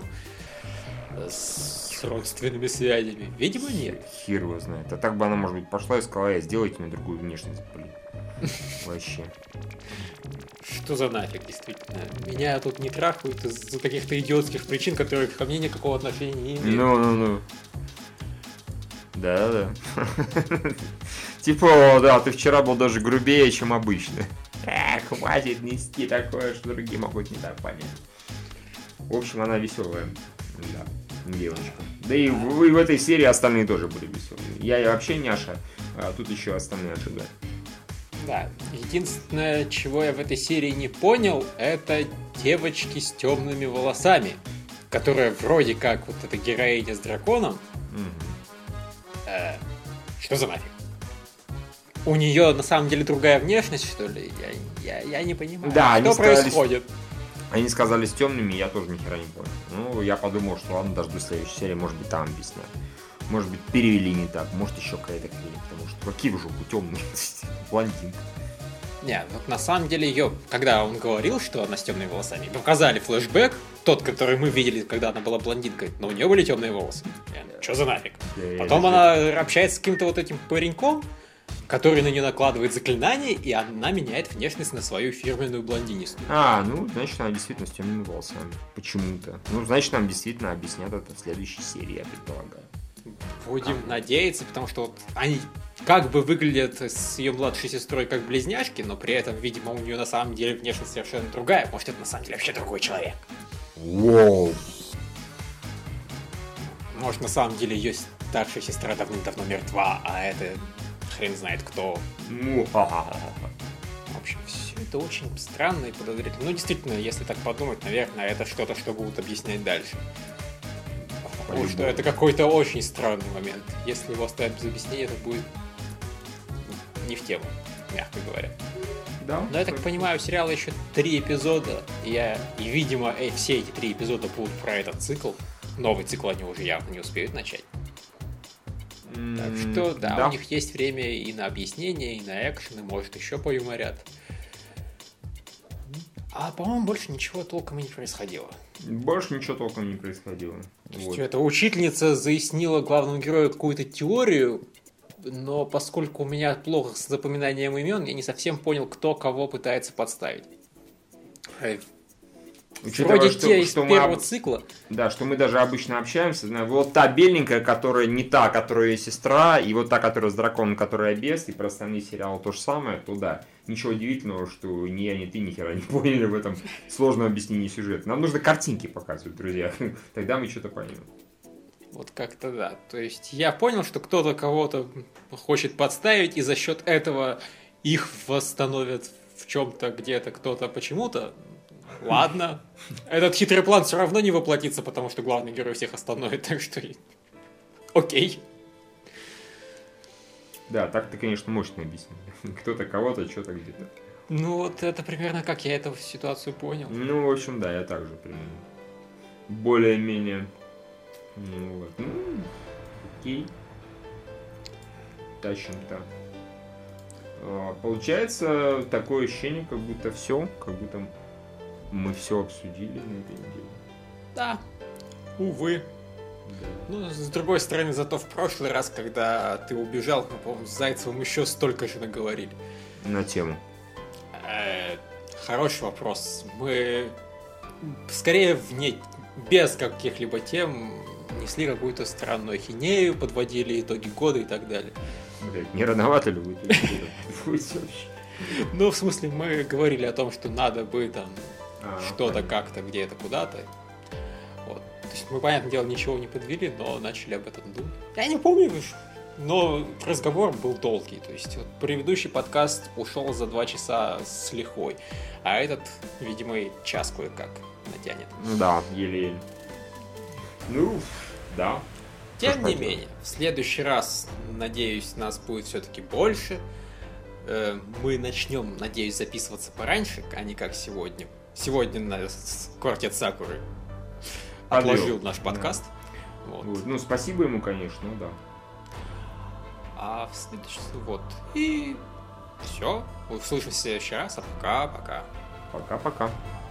с родственными связями? Видимо, нет. Хер его знает. А так бы она, может быть, пошла и сказала, я сделайте мне другую внешность, блин. Вообще. Что за нафиг, действительно? Меня тут не трахают из-за каких-то идиотских причин, которые ко мне никакого отношения не имеют. Ну-ну-ну. Да-да. Типа, да, ты вчера был даже грубее, чем обычно. Эх, хватит нести такое, что другие могут не так понять. В общем, она веселая. Да, девочка. Да и в, и в этой серии остальные тоже были веселые. Я и вообще няша, а тут еще остальные ожидают. Да, единственное, чего я в этой серии не понял, это девочки с темными волосами, которая вроде как вот эта героиня с драконом. Э, что за нафиг? У нее на самом деле другая внешность, что ли? Я, я, я не понимаю. Да, они что сказали, происходит? Они сказали с темными, я тоже ни хера не понял. Ну, я подумал, что ладно, даже до следующей серии, может быть, там объяснят. Может быть, перевели не так, может, еще какая-то хрень, потому что какие в жопу темные, блондинка. Не, вот на самом деле ее, когда он говорил, что она с темными волосами, показали флешбэк, тот, который мы видели, когда она была блондинкой, но у нее были темные волосы. Что за нафиг? Потом она общается с каким-то вот этим пареньком, который на нее накладывает заклинание, и она меняет внешность на свою фирменную блондинистую. А, ну, значит, она действительно с темными волосами. Почему-то. Ну, значит, нам действительно объяснят это в следующей серии, я предполагаю. Будем а. надеяться, потому что вот они как бы выглядят с ее младшей сестрой как близняшки, но при этом, видимо, у нее на самом деле внешность совершенно другая. Может, это на самом деле вообще другой человек. Воу. Может, на самом деле ее старшая сестра давным-давно мертва, а это хрен знает кто. Ну, В общем, все это очень странно и подозрительно. Ну, действительно, если так подумать, наверное, это что-то, что будут объяснять дальше. Потому что это какой-то очень странный момент. Если его оставить без объяснения, это будет не в тему, мягко говоря. Да. Но я так понимаю, у сериала еще три эпизода. И, я, и видимо, э, все эти три эпизода будут про этот цикл. Новый цикл они уже явно не успеют начать. Mm, так что, да, да, у них есть время и на объяснение, и на экшен, и, может, еще поюморят. А, по-моему, больше ничего толком и не происходило. Больше ничего толком не происходило. То есть, вот. Эта учительница заяснила главному герою какую-то теорию, но поскольку у меня плохо с запоминанием имен, я не совсем понял, кто кого пытается подставить. Учитывая, Вроде что, те из что мы первого об- цикла. Да, что мы даже обычно общаемся. знаю, Вот та беленькая, которая не та, которая ее сестра, и вот та, которая с драконом, которая без, и про остальные сериалы то же самое, то да. Ничего удивительного, что ни я, ни ты ни хера не поняли в этом сложном объяснении сюжета. Нам нужно картинки показывать, друзья. Тогда мы что-то поймем. Вот как-то да. То есть я понял, что кто-то кого-то хочет подставить, и за счет этого их восстановят в чем-то, где-то, кто-то почему-то. Ладно. Этот хитрый план все равно не воплотится, потому что главный герой всех остановит, так что... Окей. Да, так ты, конечно, мощно объяснил. Кто-то кого-то, что-то где-то. Ну вот это примерно как я эту ситуацию понял. Ну, в общем, да, я также примерно. Более-менее. Ну, вот. Ну, окей. Тащим-то. А, Получается такое ощущение, как будто все, как будто мы все обсудили на этой неделе. Да. Увы. Да. Ну, с другой стороны, зато в прошлый раз, когда ты убежал, мы, по-моему, с Зайцевым еще столько же наговорили. На тему. Э, Хороший вопрос. Мы скорее вне, без каких-либо тем несли какую-то странную ахинею, подводили итоги года и так далее. Блять, не рановато ли будет? Вообще. Ну, в смысле, мы говорили о том, что надо бы там А, что-то понятно. как-то, где-то, куда-то. Вот. То есть мы, понятное дело, ничего не подвели, но начали об этом думать. Я не помню, но разговор был долгий. То есть вот предыдущий подкаст ушел за два часа с лихвой, а этот, видимо, и час кое-как натянет. Ну да, еле-еле. Ну, да. Тем Что ж не поделать. менее, в следующий раз, надеюсь, нас будет все-таки больше. Э, Мы начнем, надеюсь, записываться пораньше, а не как сегодня. Сегодня нас Квартет Сакуры Подвел. отложил наш подкаст. Вот. Вот. Ну, спасибо ему, конечно, ну да. А в следующий вот. И все. Услышимся в следующий раз. А пока-пока. Пока-пока.